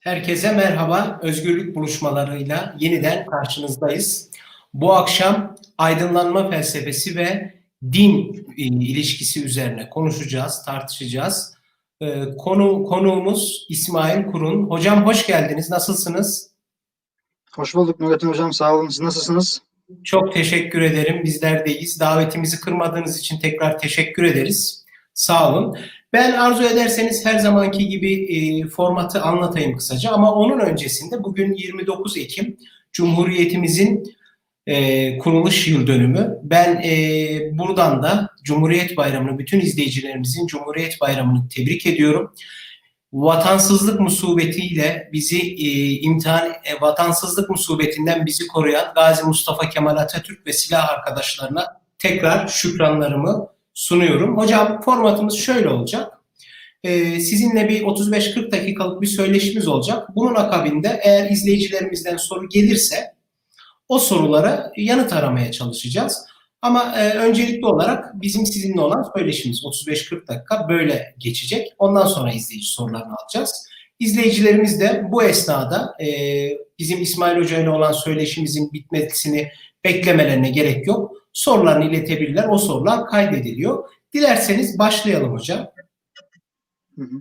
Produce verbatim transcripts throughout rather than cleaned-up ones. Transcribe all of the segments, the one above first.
Herkese merhaba. Özgürlük buluşmalarıyla yeniden karşınızdayız. Bu akşam aydınlanma felsefesi ve din e, ilişkisi üzerine konuşacağız, tartışacağız. E, Konu konuğumuz İsmail Kurun. Hocam hoş geldiniz. Nasılsınız? Hoş bulduk Nurettin Hocam. Sağ olun. Siz nasılsınız? Çok teşekkür ederim. Bizler deyiz. Davetimizi kırmadığınız için tekrar teşekkür ederiz. Sağ olun. Ben arzu ederseniz her zamanki gibi e, formatı anlatayım kısaca ama onun öncesinde bugün yirmi dokuz Ekim Cumhuriyetimizin e, kuruluş yıl dönümü. Ben e, buradan da Cumhuriyet Bayramı'nı, bütün izleyicilerimizin Cumhuriyet Bayramı'nı tebrik ediyorum. Vatansızlık musibetiyle bizi e, imtihan, e, vatansızlık musibetinden bizi koruyan Gazi Mustafa Kemal Atatürk ve silah arkadaşlarına tekrar şükranlarımı sunuyorum. Hocam formatımız şöyle olacak. E, sizinle bir otuz beş kırk dakikalık bir söyleşimiz olacak. Bunun akabinde eğer izleyicilerimizden soru gelirse o sorulara yanıt aramaya çalışacağız. Ama e, öncelikli olarak bizim sizinle olan söyleşimiz otuz beş kırk dakika böyle geçecek. Ondan sonra izleyici sorularını alacağız. İzleyicilerimiz de bu esnada e, bizim İsmail Hoca ile olan söyleşimizin bitmesini beklemelerine gerek yok. Sorularını iletebilirler. O sorular kaydediliyor. Dilerseniz başlayalım hocam. Hı hı.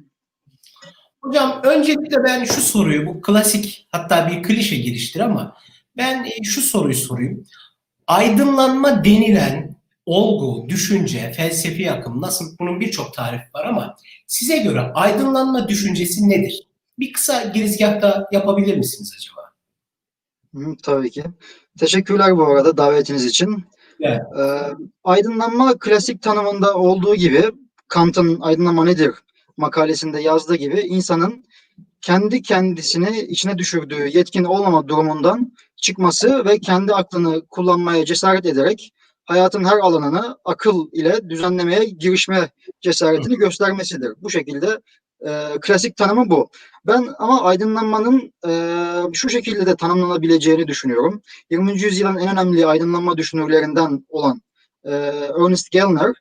Hocam öncelikle ben şu soruyu, bu klasik hatta bir klişe giriştir ama ben e, şu soruyu sorayım. Aydınlanma denilen olgu, düşünce, felsefi akım nasıl bunun birçok tarifi var ama size göre aydınlanma düşüncesi nedir? Bir kısa girizgahta yapabilir misiniz acaba? Hı, tabii ki. Teşekkürler bu arada davetiniz için. Evet. Ee, Aydınlanma klasik tanımında olduğu gibi Kant'ın Aydınlanma Nedir makalesinde yazdığı gibi insanın kendi kendisini içine düşürdüğü yetkin olmama durumundan çıkması ve kendi aklını kullanmaya cesaret ederek hayatın her alanını akıl ile düzenlemeye girişme cesaretini göstermesidir. Bu şekilde e, klasik tanımı bu. Ben ama aydınlanmanın e, şu şekilde de tanımlanabileceğini düşünüyorum. yirminci yüzyılın en önemli aydınlanma düşünürlerinden olan e, Ernest Gellner,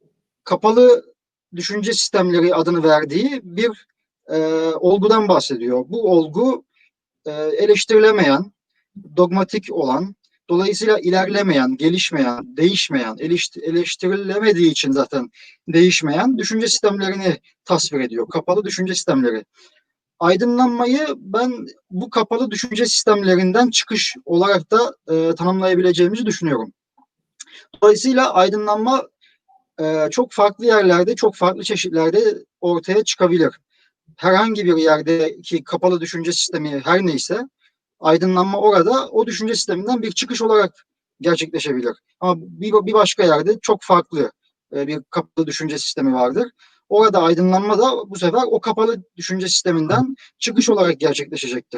kapalı düşünce sistemleri adını verdiği bir e, olgudan bahsediyor. Bu olgu e, eleştirilemeyen, dogmatik olan, dolayısıyla ilerlemeyen, gelişmeyen, değişmeyen, eleştirilemediği için zaten değişmeyen düşünce sistemlerini tasvir ediyor. Kapalı düşünce sistemleri. Aydınlanmayı ben bu kapalı düşünce sistemlerinden çıkış olarak da e, tanımlayabileceğimizi düşünüyorum. Dolayısıyla aydınlanma e, çok farklı yerlerde, çok farklı çeşitlerde ortaya çıkabilir. Herhangi bir yerdeki kapalı düşünce sistemi her neyse, aydınlanma orada o düşünce sisteminden bir çıkış olarak gerçekleşebilir. Ama bir, bir başka yerde çok farklı e, bir kapalı düşünce sistemi vardır. Orada aydınlanma da bu sefer o kapalı düşünce sisteminden çıkış olarak gerçekleşecektir.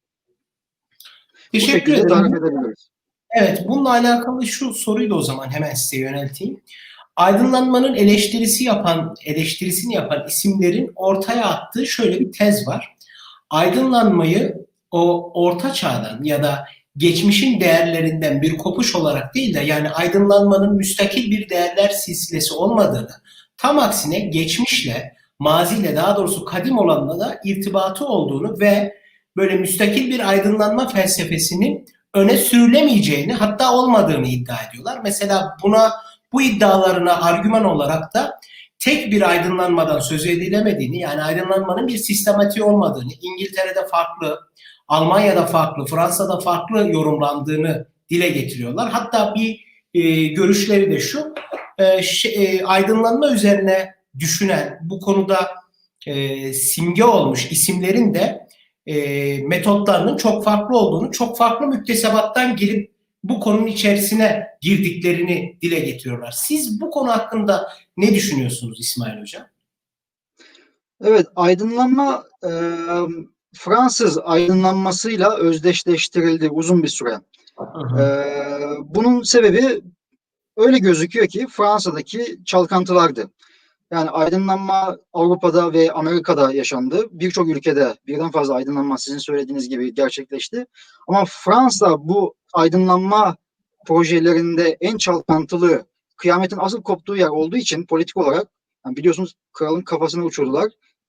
Bu Teşekkür şekilde ederim. tarif edebiliriz. Evet, bununla alakalı şu soruyu da o zaman hemen size yönelteyim. Aydınlanmanın eleştirisi yapan, eleştirisini yapan isimlerin ortaya attığı şöyle bir tez var. Aydınlanmayı o orta çağdan ya da geçmişin değerlerinden bir kopuş olarak değil de yani aydınlanmanın müstakil bir değerler silsilesi olmadığını, tam aksine geçmişle, maziyle daha doğrusu kadim olanla da irtibatı olduğunu ve böyle müstakil bir aydınlanma felsefesinin öne sürülemeyeceğini hatta olmadığını iddia ediyorlar. Mesela buna bu iddialarına argüman olarak da tek bir aydınlanmadan söz edilemediğini, yani aydınlanmanın bir sistematiği olmadığını, İngiltere'de farklı, Almanya'da farklı, Fransa'da farklı yorumlandığını dile getiriyorlar. Hatta bir e, görüşleri de şu, e, şey, e, aydınlanma üzerine düşünen, bu konuda e, simge olmuş isimlerin de e, metotlarının çok farklı olduğunu, çok farklı müktesebattan girip bu konunun içerisine girdiklerini dile getiriyorlar. Siz bu konu hakkında ne düşünüyorsunuz İsmail Hocam? Evet, aydınlanma e, Fransız aydınlanmasıyla özdeşleştirildi uzun bir süre. Hı E, hı. Bunun sebebi öyle gözüküyor ki Fransa'daki çalkantılardı. Yani aydınlanma Avrupa'da ve Amerika'da yaşandı. Birçok ülkede birden fazla aydınlanma sizin söylediğiniz gibi gerçekleşti. Ama Fransa bu aydınlanma projelerinde en çalkantılı, kıyametin asıl koptuğu yer olduğu için politik olarak, yani biliyorsunuz kralın kafasını uçurdular.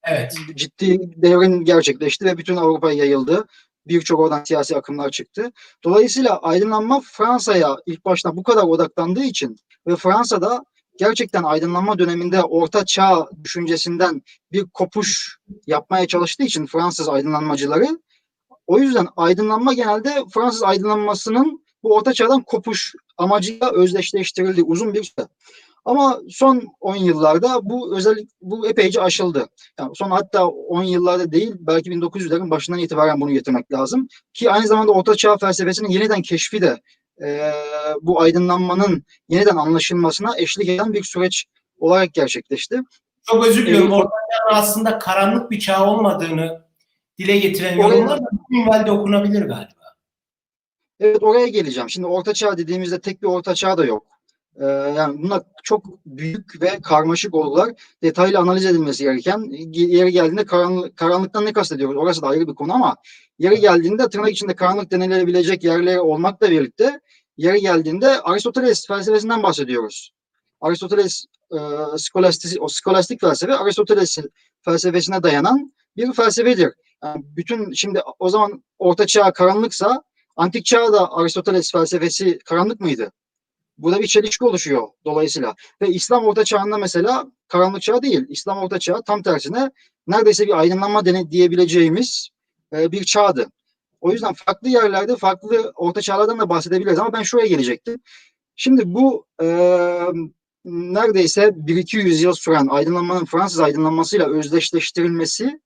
Evet. ciddi devrim gerçekleşti ve bütün Avrupa'ya yayıldı. Birçok oradan siyasi akımlar çıktı. Dolayısıyla aydınlanma Fransa'ya ilk başta bu kadar odaklandığı için ve Fransa'da gerçekten aydınlanma döneminde orta çağ düşüncesinden bir kopuş yapmaya çalıştığı için Fransız aydınlanmacıları, o yüzden aydınlanma genelde Fransız aydınlanmasının bu orta çağdan kopuş amacıyla özdeşleştirildi uzun bir süre. Ama son on yıllarda bu özellik bu epeyce aşıldı. Yani son hatta on yıllarda değil, belki bin dokuz yüzlerin başından itibaren bunu getirmek lazım. Ki aynı zamanda Orta Çağ felsefesinin yeniden keşfi de e, bu aydınlanmanın yeniden anlaşılmasına eşlik eden bir süreç olarak gerçekleşti. Çok özür diliyorum. Erik Orta Çağ'ın aslında karanlık bir çağ olmadığını dile getiren oraya, yorumlar da bu minvalde okunabilir galiba. evet, oraya geleceğim. Şimdi Orta Çağ dediğimizde tek bir Orta Çağ da yok. Ee, yani bunlar çok büyük ve karmaşık olgular. Detaylı analiz edilmesi gereken, yeri geldiğinde karanlık, karanlıktan ne kastediyoruz? Orası da ayrı bir konu ama yeri geldiğinde tırnak içinde karanlık denilebilecek yerleri olmakla birlikte yeri geldiğinde Aristoteles felsefesinden bahsediyoruz. Aristoteles e, skolastik, o skolastik felsefe Aristoteles felsefesine dayanan bir felsefedir. Yani bütün şimdi o zaman Orta Çağ karanlıksa Antik Çağ'da Aristoteles felsefesi karanlık mıydı? Burada bir çelişki oluşuyor dolayısıyla. Ve İslam Orta Çağ'ında mesela karanlık çağ değil. İslam Orta Çağı tam tersine neredeyse bir aydınlanma diyebileceğimiz e, bir çağdı. O yüzden farklı yerlerde farklı Orta Çağlardan da bahsedebiliriz ama ben şuraya gelecektim. Şimdi bu e, neredeyse bir iki yüz yıl süren aydınlanmanın Fransız aydınlanmasıyla özdeşleştirilmesi,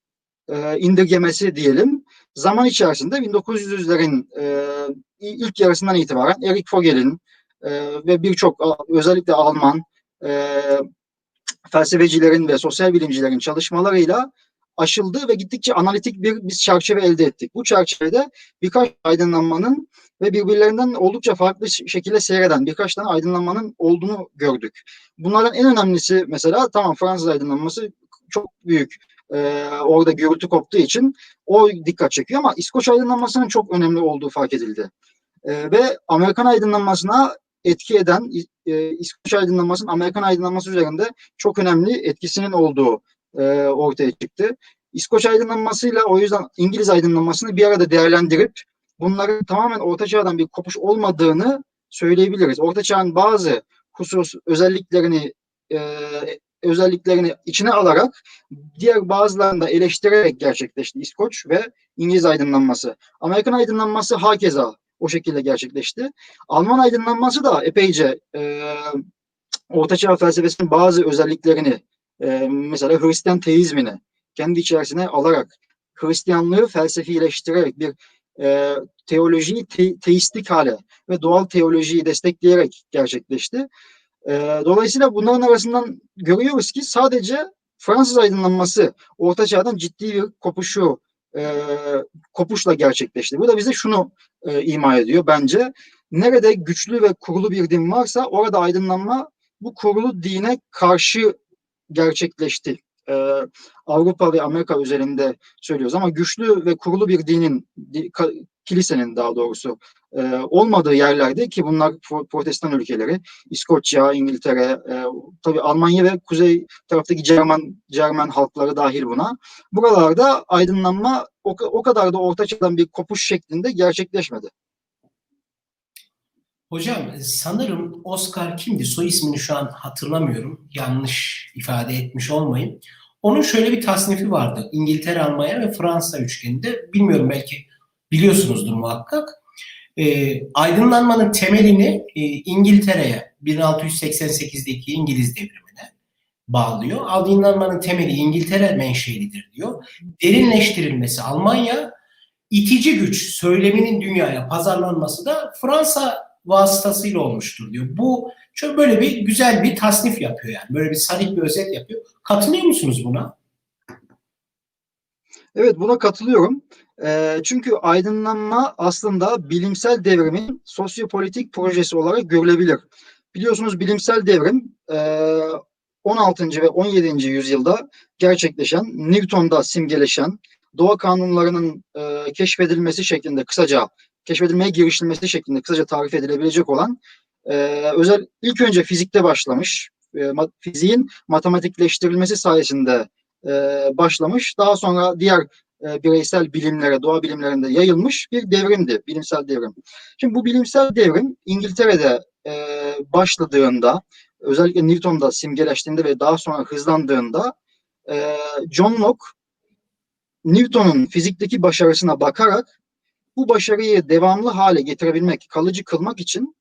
e, indirgemesi diyelim, zaman içerisinde bin dokuz yüzlerin e, ilk yarısından itibaren Erik Vogel'in e, ve birçok özellikle Alman e, felsefecilerin ve sosyal bilimcilerin çalışmalarıyla aşıldı ve gittikçe analitik bir biz çerçeve elde ettik. Bu çerçevede birkaç aydınlanmanın ve birbirlerinden oldukça farklı şekilde seyreden birkaç tane aydınlanmanın olduğunu gördük. Bunlardan en önemlisi mesela tamam Fransız aydınlanması çok büyük. Ee, orada gürültü koptuğu için o dikkat çekiyor ama İskoç aydınlanmasının çok önemli olduğu fark edildi. Ee, ve Amerikan aydınlanmasına etki eden e, İskoç aydınlanmasının Amerikan aydınlanması üzerinde çok önemli etkisinin olduğu e, ortaya çıktı. İskoç aydınlanmasıyla o yüzden İngiliz aydınlanmasını bir arada değerlendirip bunların tamamen Orta Çağ'dan bir kopuş olmadığını söyleyebiliriz. Orta Çağ'ın bazı husus özelliklerini e, özelliklerini içine alarak diğer bazılarını da eleştirerek gerçekleşti İskoç ve İngiliz aydınlanması. Amerikan aydınlanması hakeza o şekilde gerçekleşti. Alman aydınlanması da epeyce e, Ortaçağ felsefesinin bazı özelliklerini e, mesela Hristiyan teizmini kendi içerisine alarak Hristiyanlığı felsefileştirerek bir e, teolojiyi te, teistik hale ve doğal teolojiyi destekleyerek gerçekleşti. E, dolayısıyla bunların arasından görüyoruz ki sadece Fransız aydınlanması Orta Çağ'dan ciddi bir kopuşu e, kopuşla gerçekleşti. Bu da bize şunu e, ima ediyor bence. Nerede güçlü ve kurulu bir din varsa orada aydınlanma bu kurulu dine karşı gerçekleşti. Ee, Avrupa ve Amerika üzerinde söylüyoruz ama güçlü ve kurulu bir dinin, kilisenin daha doğrusu e, olmadığı yerlerde ki bunlar Protestan ülkeleri, İskoçya, İngiltere, e, tabii Almanya ve kuzey taraftaki Cermen, Cermen halkları dahil buna. Buralarda aydınlanma o, o kadar da Orta Çağ'dan bir kopuş şeklinde gerçekleşmedi. Hocam sanırım Oscar kimdi? Soy ismini şu an hatırlamıyorum. Yanlış ifade etmiş olmayayım. Onun şöyle bir tasnifi vardı. İngiltere, Almanya ve Fransa üçgeninde. Bilmiyorum belki biliyorsunuzdur muhakkak. E, aydınlanmanın temelini e, İngiltere'ye bin altı yüz seksen sekizdeki İngiliz devrimine bağlıyor. Aydınlanmanın temeli İngiltere menşelidir diyor. Derinleştirilmesi Almanya, itici güç söyleminin dünyaya pazarlanması da Fransa vasıtasıyla olmuştur diyor. Bu şöyle böyle bir güzel bir tasnif yapıyor yani. Böyle bir sarih bir özet yapıyor. Katılıyor musunuz buna? Evet, buna katılıyorum. E, çünkü aydınlanma aslında bilimsel devrimin sosyopolitik projesi olarak görülebilir. Biliyorsunuz bilimsel devrim e, on altıncı ve on yedinci yüzyılda gerçekleşen, Newton'da simgeleşen, doğa kanunlarının e, keşfedilmesi şeklinde kısaca, keşfedilmeye girişilmesi şeklinde kısaca tarif edilebilecek olan e, özel ilk önce fizikte başlamış, e, fiziğin matematikleştirilmesi sayesinde e, başlamış. Daha sonra diğer e, bireysel bilimlere, doğa bilimlerinde yayılmış bir devrimdi, bilimsel devrim. Şimdi bu bilimsel devrim İngiltere'de e, başladığında, özellikle Newton'da simgeleştiğinde ve daha sonra hızlandığında e, John Locke Newton'un fizikteki başarısına bakarak bu başarıyı devamlı hale getirebilmek, kalıcı kılmak için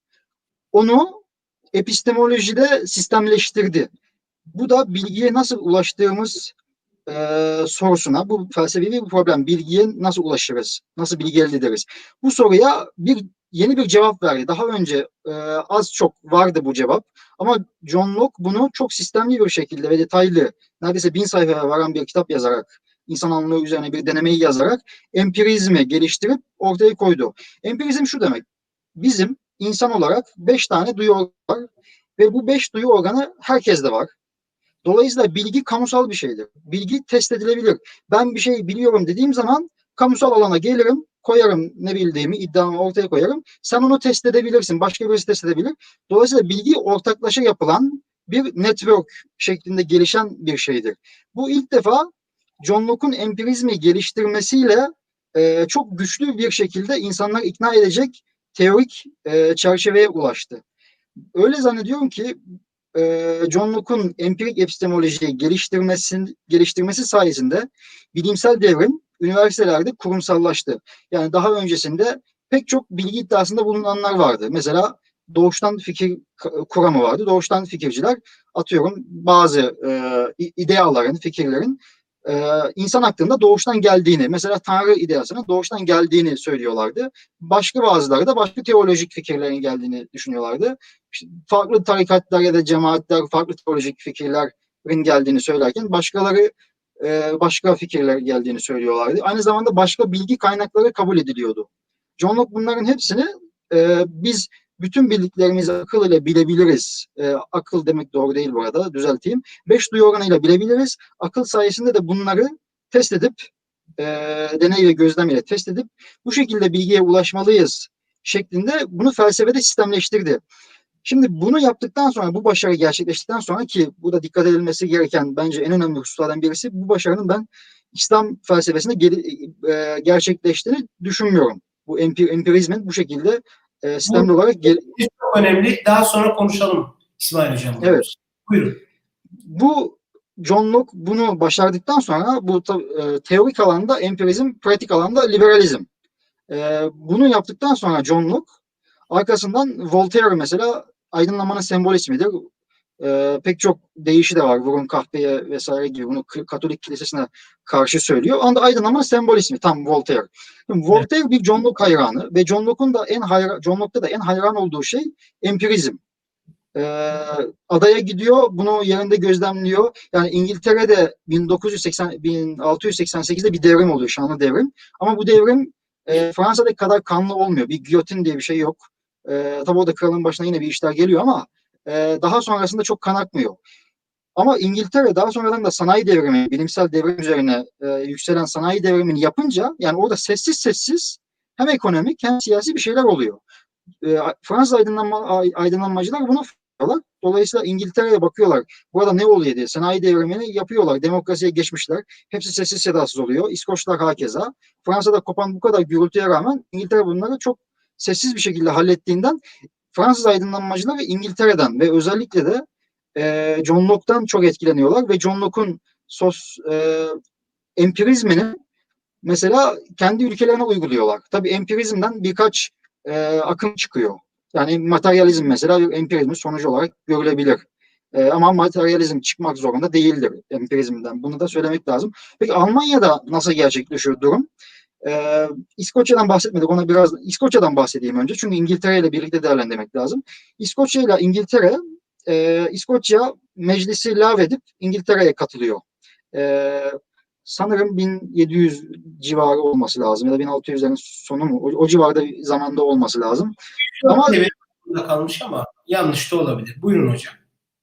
onu epistemolojide sistemleştirdi. Bu da bilgiye nasıl ulaştığımız e, sorusuna, bu felsefi bir problem, bilgiye nasıl ulaşırız, nasıl bilgi elde ederiz? Bu soruya bir yeni bir cevap verdi. Daha önce e, az çok vardı bu cevap ama John Locke bunu çok sistemli bir şekilde ve detaylı, neredeyse bin sayfaya varan bir kitap yazarak, insan anlığı üzerine bir denemeyi yazarak empirizmi geliştirip ortaya koydu. Empirizm şu demek: bizim insan olarak beş tane duyu organı var ve bu beş duyu organı herkeste var. Dolayısıyla bilgi kamusal bir şeydir. Bilgi test edilebilir. Ben bir şey biliyorum dediğim zaman kamusal alana gelirim, koyarım ne bildiğimi, iddiamı ortaya koyarım. Sen onu test edebilirsin, başka birisi test edebilir. Dolayısıyla bilgi ortaklaşa yapılan bir network şeklinde gelişen bir şeydir. Bu ilk defa John Locke'un empirizmi geliştirmesiyle e, çok güçlü bir şekilde insanları ikna edecek teorik e, çerçeveye ulaştı. Öyle zannediyorum ki e, John Locke'un empirik epistemolojiyi geliştirmesi, geliştirmesi sayesinde bilimsel devrim üniversitelerde kurumsallaştı. Yani daha öncesinde pek çok bilgi iddiasında bulunanlar vardı. Mesela doğuştan fikir kuramı vardı. Doğuştan fikirciler, atıyorum, bazı e, ideaların, fikirlerin e, insan hakkında doğuştan geldiğini, mesela Tanrı ideasının doğuştan geldiğini söylüyorlardı. Başka bazıları da başka teolojik fikirlerin geldiğini düşünüyorlardı. İşte farklı tarikatlar ya da cemaatler farklı teolojik fikirlerin geldiğini söylerken başkaları e, başka fikirler geldiğini söylüyorlardı. Aynı zamanda başka bilgi kaynakları kabul ediliyordu. John Locke bunların hepsini e, biz bütün bildiklerimizi akıl ile bilebiliriz. E, akıl demek doğru değil bu arada, düzelteyim. Beş duyu organıyla bilebiliriz. Akıl sayesinde de bunları test edip e, deney ve gözlem ile test edip bu şekilde bilgiye ulaşmalıyız şeklinde bunu felsefede sistemleştirdi. Şimdi bunu yaptıktan sonra, bu başarı gerçekleştikten sonra, ki bu da dikkat edilmesi gereken bence en önemli hususlardan birisi, bu başarının ben İslam felsefesinde geri, e, gerçekleştiğini düşünmüyorum. Bu empir, empirizmin bu şekilde e, sistemli Bu olarak gel- çok önemli. Daha sonra konuşalım İsmail Hocam. evet. Buyurun. Bu John Locke bunu başardıktan sonra bu e, teorik alanda empirizm, pratik alanda liberalizm. E, bunu yaptıktan sonra John Locke arkasından Voltaire mesela aydınlanmanın sembol ismidir. Ee, pek çok deyişi de var. Vurun kahveye vesaire gibi, bunu Katolik kilisesine karşı söylüyor. Anda aydınlanmanın sembol ismi tam Voltaire. Şimdi Voltaire evet. bir John Locke hayranı ve John Locke'un da en hayran, John Locke'da da en hayran olduğu şey empirizm. Ee, adaya gidiyor, bunu yerinde gözlemliyor. Yani İngiltere'de bin dokuz yüz seksen bin altı yüz seksen sekizde bir devrim oluyor, şanlı devrim. Ama bu devrim e, Fransa'daki kadar kanlı olmuyor. Bir giyotin diye bir şey yok. E, tabii orada kralın başına yine bir işler geliyor ama e, daha sonrasında çok kan akmıyor. Ama İngiltere daha sonradan da sanayi devrimi, bilimsel devrim üzerine e, yükselen sanayi devrimini yapınca, yani orada sessiz sessiz hem ekonomik hem siyasi bir şeyler oluyor. E, Fransız aydınlanma, aydınlanmacılar bunu yapıyorlar. Dolayısıyla İngiltere'ye bakıyorlar. Burada ne oluyor diye. Sanayi devrimini yapıyorlar. Demokrasiye geçmişler. Hepsi sessiz sedasız oluyor. İskoçlar hakeza. Fransa'da kopan bu kadar gürültüye rağmen İngiltere bunları çok sessiz bir şekilde hallettiğinden Fransız aydınlanmacılar ve İngiltere'den ve özellikle de e, John Locke'dan çok etkileniyorlar ve John Locke'un sos e, empirizmini mesela kendi ülkelerine uyguluyorlar. Tabii empirizmden birkaç e, akım çıkıyor. Yani materyalizm mesela bir empirizmin sonucu olarak görülebilir. E, ama materyalizm çıkmak zorunda değildir empirizmden. Bunu da söylemek lazım. Peki Almanya'da nasıl gerçekleşiyor durum? E, İskoçya'dan bahsetmedik. Ona biraz İskoçya'dan bahsedeyim önce. Çünkü İngiltere ile birlikte değerlendirmek lazım. İskoçya ile İngiltere, e, İskoçya meclisi lağvedip İngiltere'ye katılıyor. E, sanırım bin yedi yüz civarı olması lazım ya da bin altı yüzlerin sonu mu? O, o civarda bir zamanda olması lazım. Ama kalmış ama yanlış da olabilir. Buyurun hocam.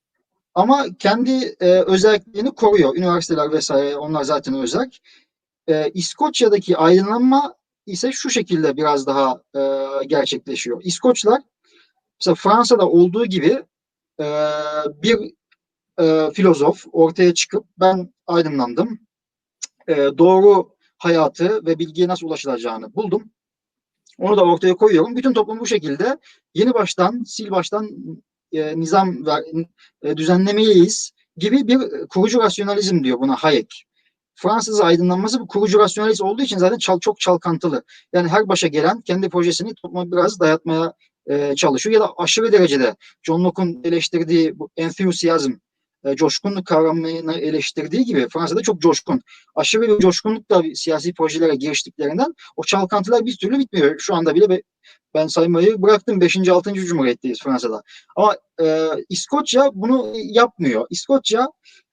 Ama kendi e, özelliklerini koruyor. Üniversiteler vesaire, onlar zaten özel. E, İskoçya'daki aydınlanma ise şu şekilde biraz daha e, gerçekleşiyor. İskoçlar mesela Fransa'da olduğu gibi e, bir e, filozof ortaya çıkıp ben aydınlandım, e, doğru hayatı ve bilgiye nasıl ulaşılacağını buldum. Onu da ortaya koyuyorum. Bütün toplum bu şekilde yeni baştan, sil baştan e, nizam ve e, düzenlemeliyiz gibi bir kurucu rasyonalizm diyor buna Hayek. Fransız aydınlanması bu kurucu rasyonalist olduğu için zaten çal, çok çalkantılı. Yani her başa gelen kendi projesini topluma biraz dayatmaya e, çalışıyor ya da aşırı derecede John Locke'un eleştirdiği bu enthusiasm, e, coşkunluk kavramını eleştirdiği gibi Fransa'da çok coşkun. Aşırı bir coşkunlukla siyasi projelere giriştiklerinden o çalkantılar bir türlü bitmiyor. Şu anda bile ben saymayı bıraktım. Beşinci altıncı Cumhuriyet'teyiz Fransa'da. Ama e, İskoçya bunu yapmıyor. İskoçya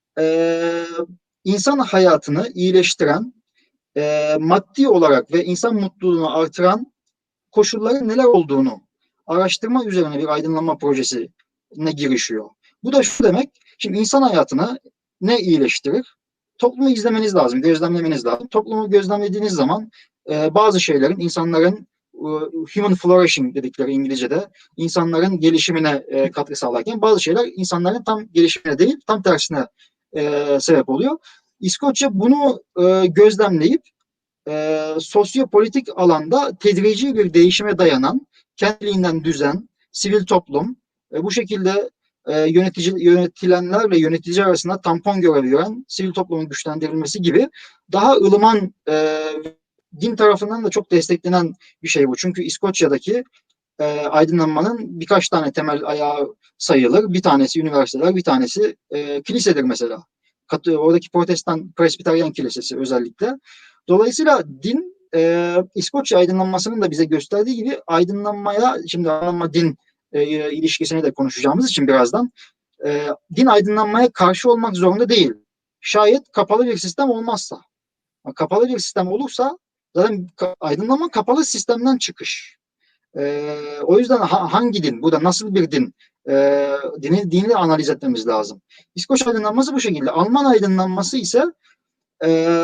e, insan hayatını iyileştiren, e, maddi olarak ve insan mutluluğunu artıran koşulların neler olduğunu araştırma üzerine bir aydınlanma projesine girişiyor. Bu da şu demek, şimdi insan hayatını ne iyileştirir? Toplumu izlemeniz lazım, gözlemlemeniz lazım. Toplumu gözlemlediğiniz zaman e, bazı şeylerin, insanların e, human flourishing dedikleri İngilizce'de, insanların gelişimine e, katkı sağlarken bazı şeyler insanların tam gelişimine değil, tam tersine e, sebep oluyor. İskoçya bunu e, gözlemleyip e, sosyopolitik alanda tedrici bir değişime dayanan, kendiliğinden düzen, sivil toplum, e, bu şekilde e, yönetici, yönetilenlerle yönetici arasında tampon görevi gören sivil toplumun güçlendirilmesi gibi daha ılıman e, din tarafından da çok desteklenen bir şey bu. Çünkü İskoçya'daki e, aydınlanmanın birkaç tane temel ayağı sayılır. Bir tanesi üniversiteler, bir tanesi e, kilisedir mesela. Katı, oradaki Protestan Presbiteryan Kilisesi özellikle. Dolayısıyla din e, İskoçya aydınlanmasının da bize gösterdiği gibi aydınlanmaya, şimdi aydınlanma din e, ilişkisini de konuşacağımız için birazdan, e, din aydınlanmaya karşı olmak zorunda değil. Şayet kapalı bir sistem olmazsa. Kapalı bir sistem olursa zaten aydınlanma kapalı sistemden çıkış. Ee, o yüzden ha, hangi din, bu da nasıl bir din, e, dini, dini analiz etmemiz lazım. İskoç aydınlanması bu şekilde. Alman aydınlanması ise e,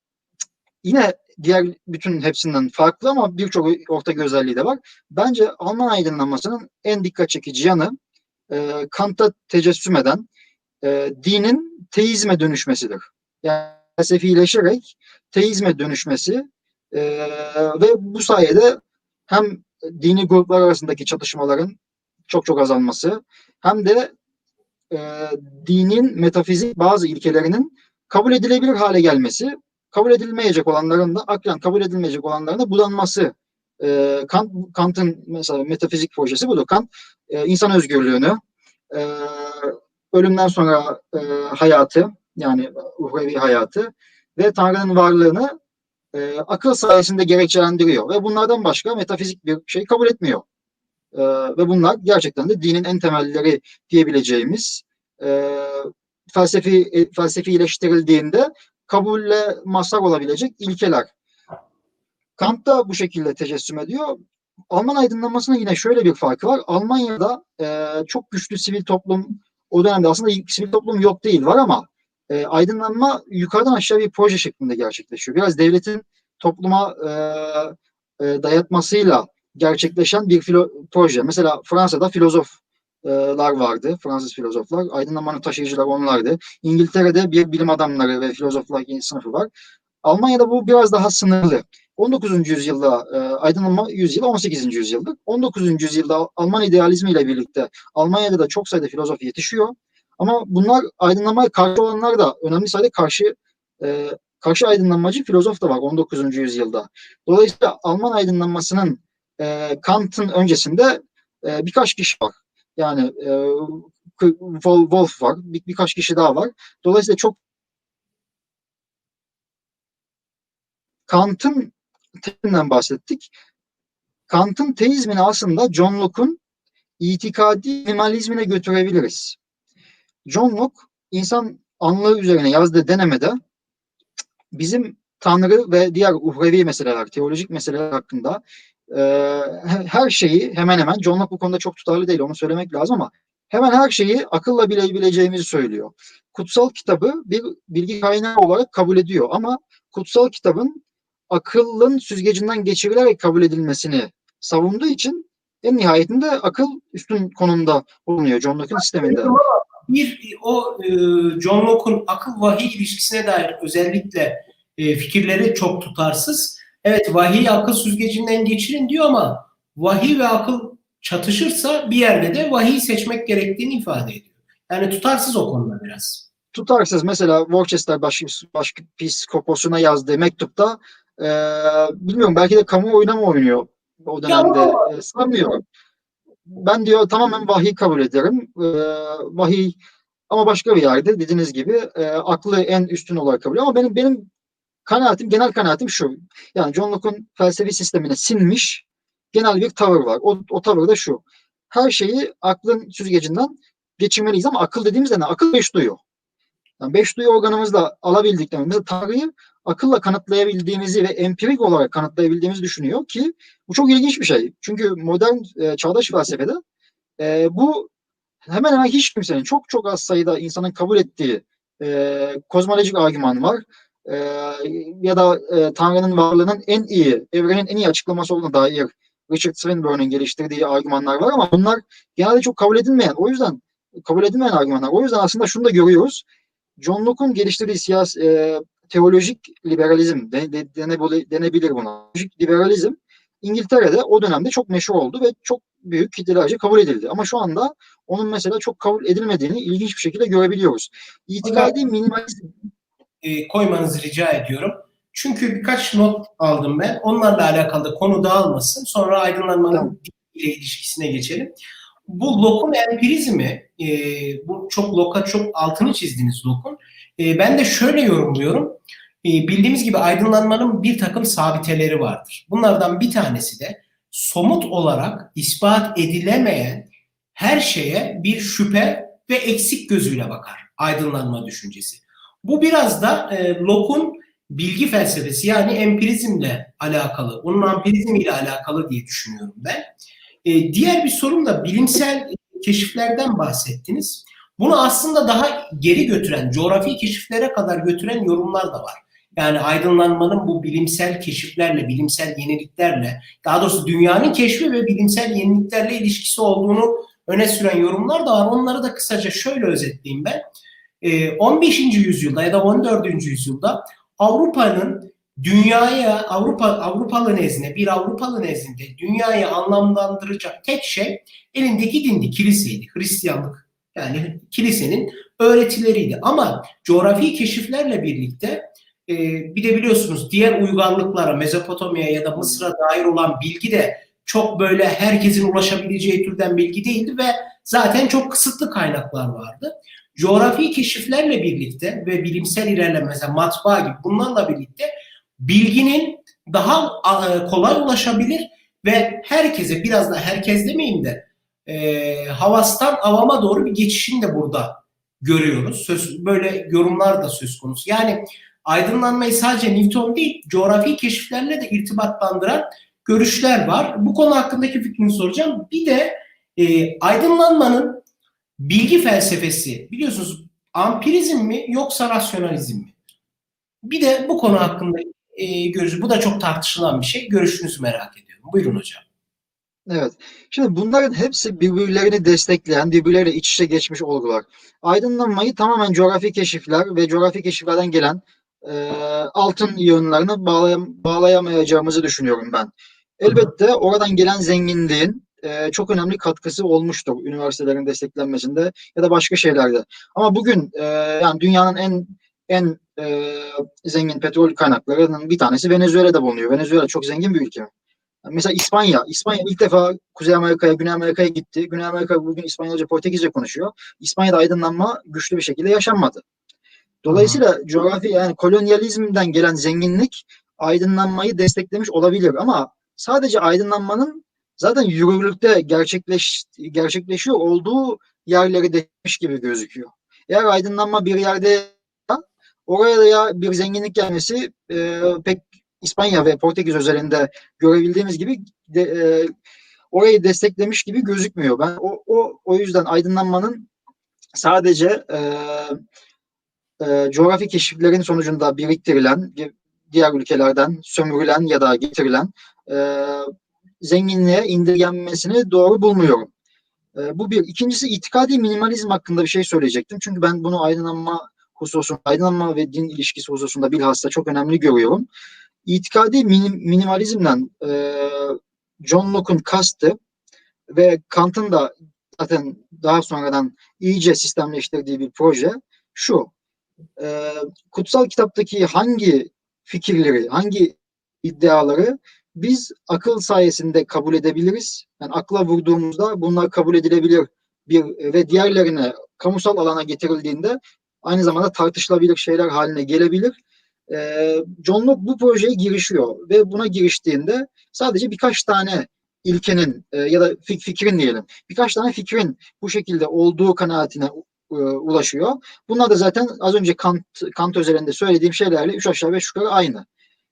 yine diğer bütün hepsinden farklı ama birçok ortak özelliği de var. Bence Alman aydınlanmasının en dikkat çekici yanı e, Kant'a tecessüm eden e, dinin teizme dönüşmesidir. Yani felsefileşerek teizme dönüşmesi e, ve bu sayede hem dini gruplar arasındaki çatışmaların çok çok azalması hem de e, dinin metafizik bazı ilkelerinin kabul edilebilir hale gelmesi, kabul edilmeyecek olanların da aklen kabul edilmeyecek olanların da budanması. E, Kant, Kant'ın mesela metafizik projesi budur. Kant e, insan özgürlüğünü, e, ölümden sonra e, hayatı, yani uhrevi hayatı ve Tanrı'nın varlığını e, akıl sayesinde gerekçelendiriyor ve bunlardan başka metafizik bir şey kabul etmiyor. E, ve bunlar gerçekten de dinin en temelleri diyebileceğimiz, e, felsefi e, felsefileştirildiğinde kabulle mazhar olabilecek ilkeler. Kant da bu şekilde tecessüm ediyor. Alman aydınlanmasının yine şöyle bir farkı var. Almanya'da e, çok güçlü sivil toplum, o dönemde aslında sivil toplum yok değil, var ama e, aydınlanma yukarıdan aşağı bir proje şeklinde gerçekleşiyor. Biraz devletin topluma e, e, dayatmasıyla gerçekleşen bir filo, proje. Mesela Fransa'da filozoflar vardı, Fransız filozoflar. Aydınlanmanın taşıyıcıları onlardı. İngiltere'de bir bilim adamları ve filozoflar sınıfı var. Almanya'da bu biraz daha sınırlı. on dokuzuncu yüzyılda e, aydınlanma yüzyılı on sekizinci yüzyıldır. on dokuzuncu yüzyılda Alman idealizmi ile birlikte Almanya'da da çok sayıda filozof yetişiyor. Ama bunlar aydınlanmaya karşı olanlar da önemli sayıda karşı e, karşı aydınlanmacı filozof da var on dokuzuncu yüzyılda. Dolayısıyla Alman aydınlanmasının e, Kant'ın öncesinde e, birkaç kişi var. Yani e, Wolf var, bir, birkaç kişi daha var. Dolayısıyla çok Kant'ın teizminden bahsettik. Kant'ın teizmini aslında John Locke'un itikadi minimalizmine götürebiliriz. John Locke insan anlığı üzerine yazdığı denemede bizim Tanrı ve diğer uhrevi meseleler, teolojik meseleler hakkında e, her şeyi hemen hemen, John Locke bu konuda çok tutarlı değil, onu söylemek lazım ama hemen her şeyi akılla bilebileceğimizi söylüyor. Kutsal kitabı bir bilgi kaynağı olarak kabul ediyor ama kutsal kitabın akıllın süzgecinden geçirilerek kabul edilmesini savunduğu için en nihayetinde akıl üstün konumda bulunuyor John Locke'un sisteminde. bir o e, John Locke'un akıl vahiy ilişkisine dair özellikle e, fikirleri çok tutarsız. Evet, vahiy akıl süzgecinden geçirin diyor ama vahiy ve akıl çatışırsa bir yerde de vahiy seçmek gerektiğini ifade ediyor. Yani tutarsız o konuda biraz. Tutarsız mesela Worcester baş, Başpiskoposuna yazdığı mektupta e, bilmiyorum belki de kamuoyuna mı oynuyor o Ya dönemde o e, sanmıyorum. Ben diyor tamamen vahiy kabul ederim. E, vahiy ama başka bir yerde dediğiniz gibi e, aklı en üstün olarak kabul ediyor. Ama benim benim kanaatim, genel kanaatim şu. Yani John Locke'un felsefi sistemine sinmiş genel bir tavır var. O, o tavır da şu. Her şeyi aklın süzgecinden geçirmeliyiz ama akıl dediğimizde ne? Akıl beş duyu. Yani beş duyu organımızla alabildiklerimizde Tanrı'yı akılla kanıtlayabildiğimizi ve empirik olarak kanıtlayabildiğimizi düşünüyor ki bu çok ilginç bir şey. Çünkü modern e, çağdaş felsefede e, bu hemen hemen hiç kimsenin çok çok az sayıda insanın kabul ettiği e, kozmolojik argüman var. E, ya da e, Tanrı'nın varlığının en iyi, evrenin en iyi açıklaması olduğuna dair Richard Swinburne'ın geliştirdiği argümanlar var ama bunlar genelde çok kabul edilmeyen, o yüzden kabul edilmeyen argümanlar. O yüzden aslında şunu da görüyoruz. John Locke'un geliştirdiği siyasi, e, teolojik liberalizm de, de, denebilir buna. Teolojik liberalizm İngiltere'de o dönemde çok meşhur oldu ve çok büyük kitlelerce kabul edildi. Ama şu anda onun mesela çok kabul edilmediğini ilginç bir şekilde görebiliyoruz. hocam İtikadi minimalizm. e, koymanızı rica ediyorum. Çünkü birkaç not aldım ben. Onlarla alakalı da konu dağılmasın. Sonra Tamam. aydınlanmanın ile ilişkisine geçelim. Bu Locke'un empirizmi, e, bu çok Locke'a çok altını çizdiniz Locke'un. E, ben de şöyle yorumluyorum. E, bildiğimiz gibi aydınlanmanın bir takım sabiteleri vardır. Bunlardan bir tanesi de somut olarak ispat edilemeyen her şeye bir şüphe ve eksik gözüyle bakar aydınlanma düşüncesi. Bu biraz da e, Locke'un bilgi felsefesi yani empirizmle alakalı, onun empirizmiyle alakalı diye düşünüyorum ben. E, diğer bir sorun da bilimsel keşiflerden bahsettiniz. Bunu aslında daha geri götüren, coğrafi keşiflere kadar götüren yorumlar da var. Yani aydınlanmanın bu bilimsel keşiflerle, bilimsel yeniliklerle, daha doğrusu dünyanın keşfi ve bilimsel yeniliklerle ilişkisi olduğunu öne süren yorumlar da var. Onları da kısaca şöyle özetleyeyim ben. on beşinci yüzyılda ya da on dördüncü yüzyılda Avrupa'nın dünyaya, Avrupa Avrupalı nezdinde, bir Avrupalı nezdinde dünyayı anlamlandıracak tek şey elindeki dindi, kiliseydi, Hristiyanlık. Yani kilisenin öğretileriydi. Ama coğrafi keşiflerle birlikte e, bir de biliyorsunuz diğer uygarlıklara, Mezopotamya ya da Mısır'a dair olan bilgi de çok böyle herkesin ulaşabileceği türden bilgi değildi ve zaten çok kısıtlı kaynaklar vardı. Coğrafi keşiflerle birlikte ve bilimsel ilerleme mesela matbaa gibi bunlarla birlikte bilginin daha kolay ulaşabilir ve herkese biraz da herkes demeyeyim de e, havastan avama doğru bir geçişini de burada görüyoruz. Söz, böyle yorumlar da söz konusu. Yani aydınlanmayı sadece Newton değil coğrafi keşiflerle de irtibatlandıran görüşler var. Bu konu hakkındaki fikrini soracağım. Bir de e, aydınlanmanın bilgi felsefesi biliyorsunuz ampirizm mi yoksa rasyonalizm mi? Bir de bu konu hakkında e, görüş, bu da çok tartışılan bir şey. Görüşünüzü merak ediyorum. Buyurun hocam. Evet. Şimdi bunların hepsi birbirlerini destekleyen, birbirleriyle iç içe geçmiş olgular. Aydınlanmayı tamamen coğrafi keşifler ve coğrafi keşiflerden gelen e, altın yığınlarını bağlayam bağlayamayacağımızı düşünüyorum ben. Hı hı. Elbette oradan gelen zenginliğin e, çok önemli katkısı olmuştur üniversitelerin desteklenmesinde ya da başka şeylerde. Ama bugün e, yani dünyanın en en e, zengin petrol kaynaklarının bir tanesi Venezuela'da bulunuyor. Venezuela çok zengin bir ülke. Mesela İspanya. İspanya ilk defa Kuzey Amerika'ya, Güney Amerika'ya gitti. Güney Amerika bugün İspanyolca, Portekizce konuşuyor. İspanya'da aydınlanma güçlü bir şekilde yaşanmadı. Hı hı. Dolayısıyla coğrafi yani kolonyalizmden gelen zenginlik aydınlanmayı desteklemiş olabilir ama sadece aydınlanmanın zaten yürürlükte gerçekleş, gerçekleşiyor olduğu yerleri demiş gibi gözüküyor. Eğer aydınlanma bir yerde oraya bir zenginlik gelmesi e, pek İspanya ve Portekiz özelinde görebildiğimiz gibi de, e, orayı desteklemiş gibi gözükmüyor. Ben o, o, o yüzden aydınlanmanın sadece e, e, coğrafi keşiflerin sonucunda biriktirilen, diğer ülkelerden sömürülen ya da getirilen e, zenginliğe indirgenmesini doğru bulmuyorum. E, bu bir. İkincisi itikadi minimalizm hakkında bir şey söyleyecektim. Çünkü ben bunu aydınlanma hususunda, aydınlanma ve din ilişkisi hususunda bilhassa çok önemli görüyorum. İtikadi minim, minimalizmden e, John Locke'un kastı ve Kant'ın da zaten daha sonradan iyice sistemleştirdiği bir proje şu: e, kutsal kitaptaki hangi fikirleri, hangi iddiaları biz akıl sayesinde kabul edebiliriz? Yani akla vurduğumuzda bunlar kabul edilebilir bir ve diğerlerine kamusal alana getirildiğinde aynı zamanda tartışılabilir şeyler haline gelebilir. E, John Locke bu projeye girişiyor ve buna giriştiğinde sadece birkaç tane ilkenin e, ya da fik fikrin diyelim, birkaç tane fikrin bu şekilde olduğu kanaatine e, ulaşıyor. Bunlar da zaten az önce Kant, Kant özelinde söylediğim şeylerle üç aşağı beş yukarı aynı.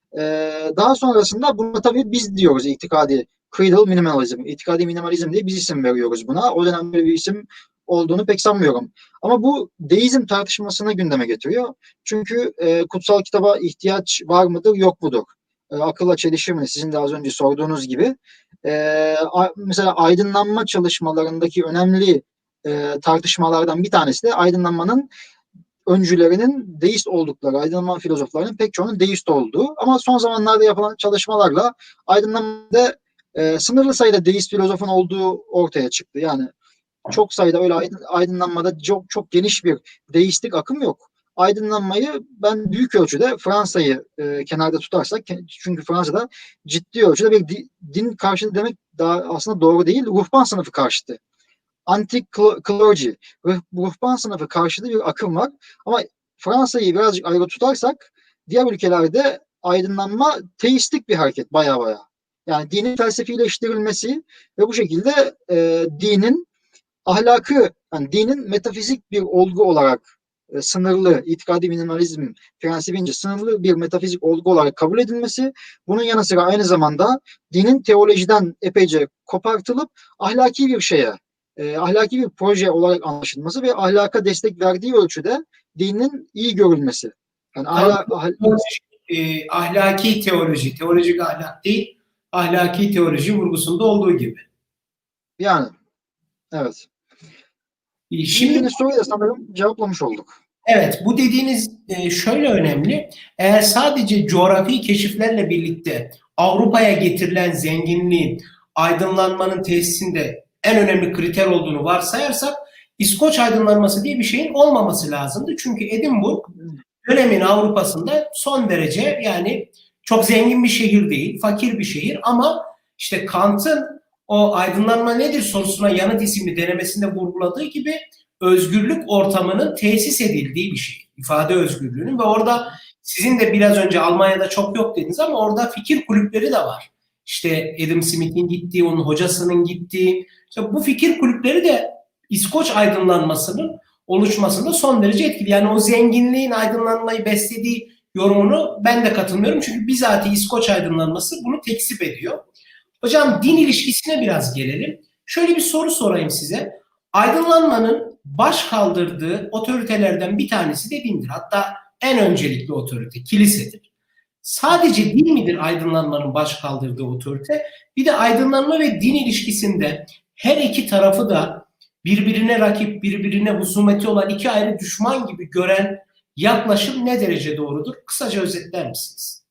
Ee, daha sonrasında buna tabii biz diyoruz itikadi creedal minimalizm, itikadi minimalizm diye biz isim veriyoruz buna. O dönem böyle bir isim olduğunu pek sanmıyorum. Ama bu deizm tartışmasını gündeme getiriyor. Çünkü e, kutsal kitaba ihtiyaç var mıdır, yok mudur? E, akılla çelişir mi? Sizin de az önce sorduğunuz gibi. E, a, mesela aydınlanma çalışmalarındaki önemli e, tartışmalardan bir tanesi de aydınlanmanın öncülerinin deist oldukları, aydınlanma filozoflarının pek çoğunun deist olduğu, ama son zamanlarda yapılan çalışmalarla aydınlanmada e, sınırlı sayıda deist filozofun olduğu ortaya çıktı. Yani çok sayıda öyle aydınlanmada çok çok geniş bir deistik akım yok. Aydınlanmayı ben büyük ölçüde Fransa'yı e, kenarda tutarsak, çünkü Fransa'da ciddi ölçüde bir din karşıtı demek daha aslında doğru değil, ruhban sınıfı karşıtı, anti-clergy, ruhban sınıfı karşıtı bir akım var. Ama Fransa'yı birazcık ayrı tutarsak diğer ülkelerde aydınlanma teistik bir hareket baya baya. Yani dinin felsefileştirilmesi ve bu şekilde e, dinin ahlakı, yani dinin metafizik bir olgu olarak e, sınırlı, itikadi minimalizm prensibince sınırlı bir metafizik olgu olarak kabul edilmesi, bunun yanı sıra aynı zamanda dinin teolojiden epeyce kopartılıp ahlaki bir şeye, e, ahlaki bir proje olarak anlaşılması ve ahlaka destek verdiği ölçüde dinin iyi görülmesi. Yani ahlak, ahl e, ahlaki teoloji, teolojik ahlak değil, ahlaki teoloji vurgusunda olduğu gibi. Yani, evet. Şimdi, Şimdi soruyu da sanırım cevaplamış olduk. Evet, bu dediğiniz şöyle önemli. Eğer sadece coğrafi keşiflerle birlikte Avrupa'ya getirilen zenginliğin aydınlanmanın tesisinde en önemli kriter olduğunu varsayarsak İskoç aydınlanması diye bir şeyin olmaması lazımdı. Çünkü Edinburgh dönemin Avrupa'sında son derece, yani çok zengin bir şehir değil, fakir bir şehir, ama işte Kant'ın o aydınlanma nedir sorusuna yanıt isimli denemesinde vurguladığı gibi özgürlük ortamının tesis edildiği bir şey. İfade özgürlüğünün ve orada sizin de biraz önce Almanya'da çok yok dediniz ama orada fikir kulüpleri de var. İşte Adam Smith'in gittiği, onun hocasının gittiği, işte bu fikir kulüpleri de İskoç aydınlanmasının oluşmasında son derece etkili. Yani o zenginliğin aydınlanmayı beslediği yorumunu ben de katılmıyorum. Çünkü bizatihi İskoç aydınlanması bunu tekzip ediyor. Hocam din ilişkisine biraz gelelim. Şöyle bir soru sorayım size. Aydınlanmanın baş kaldırdığı otoritelerden bir tanesi de dindir. Hatta en öncelikli otorite kilisedir. Sadece din midir aydınlanmanın baş kaldırdığı otorite? Bir de aydınlanma ve din ilişkisinde her iki tarafı da birbirine rakip, birbirine husumeti olan iki ayrı düşman gibi gören yaklaşım ne derece doğrudur? Kısaca özetler misiniz?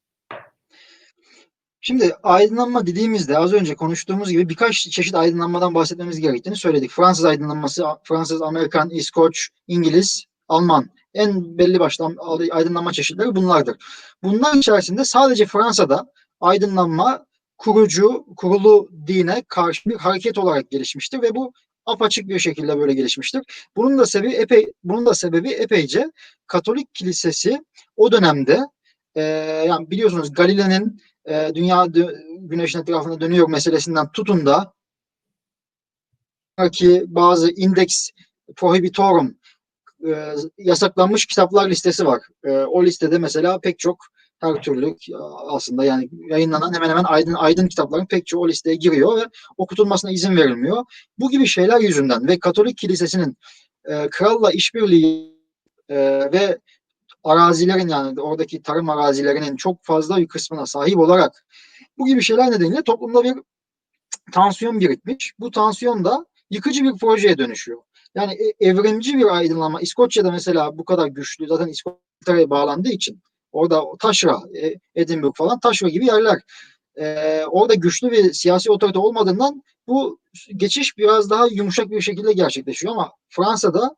Şimdi aydınlanma dediğimizde az önce konuştuğumuz gibi birkaç çeşit aydınlanmadan bahsetmemiz gerektiğini söyledik. Fransız aydınlanması, Fransız, Amerikan, İskoç, İngiliz, Alman. En belli başlı aydınlanma çeşitleri bunlardır. Bunlar içerisinde sadece Fransa'da aydınlanma kurucu, kurulu dine karşı bir hareket olarak gelişmiştir ve bu apaçık bir şekilde böyle gelişmiştir. Bunun da sebebi epey, bunun da sebebi epeyce Katolik Kilisesi o dönemde, e, yani biliyorsunuz Galile'nin e, dünya güneşin etrafında dönüyor meselesinden tutun da ki bazı index prohibitorum, e, yasaklanmış kitaplar listesi var. E, o listede mesela pek çok her türlü aslında yani yayınlanan hemen hemen aydın aydın kitapların pek çoğu o listeye giriyor ve okutulmasına izin verilmiyor. Bu gibi şeyler yüzünden ve Katolik Kilisesi'nin e, kralla işbirliği e, ve arazilerin, yani oradaki tarım arazilerinin çok fazla bir kısmına sahip olarak bu gibi şeyler nedeniyle toplumda bir tansiyon birikmiş. Bu tansiyon da yıkıcı bir projeye dönüşüyor. Yani e, evrimci bir aydınlanma. İskoçya'da mesela bu kadar güçlü, zaten İskoçya'ya bağlandığı için orada taşra, e, Edinburgh falan taşra gibi yerler. E, orada güçlü bir siyasi otorite olmadığından bu geçiş biraz daha yumuşak bir şekilde gerçekleşiyor ama Fransa'da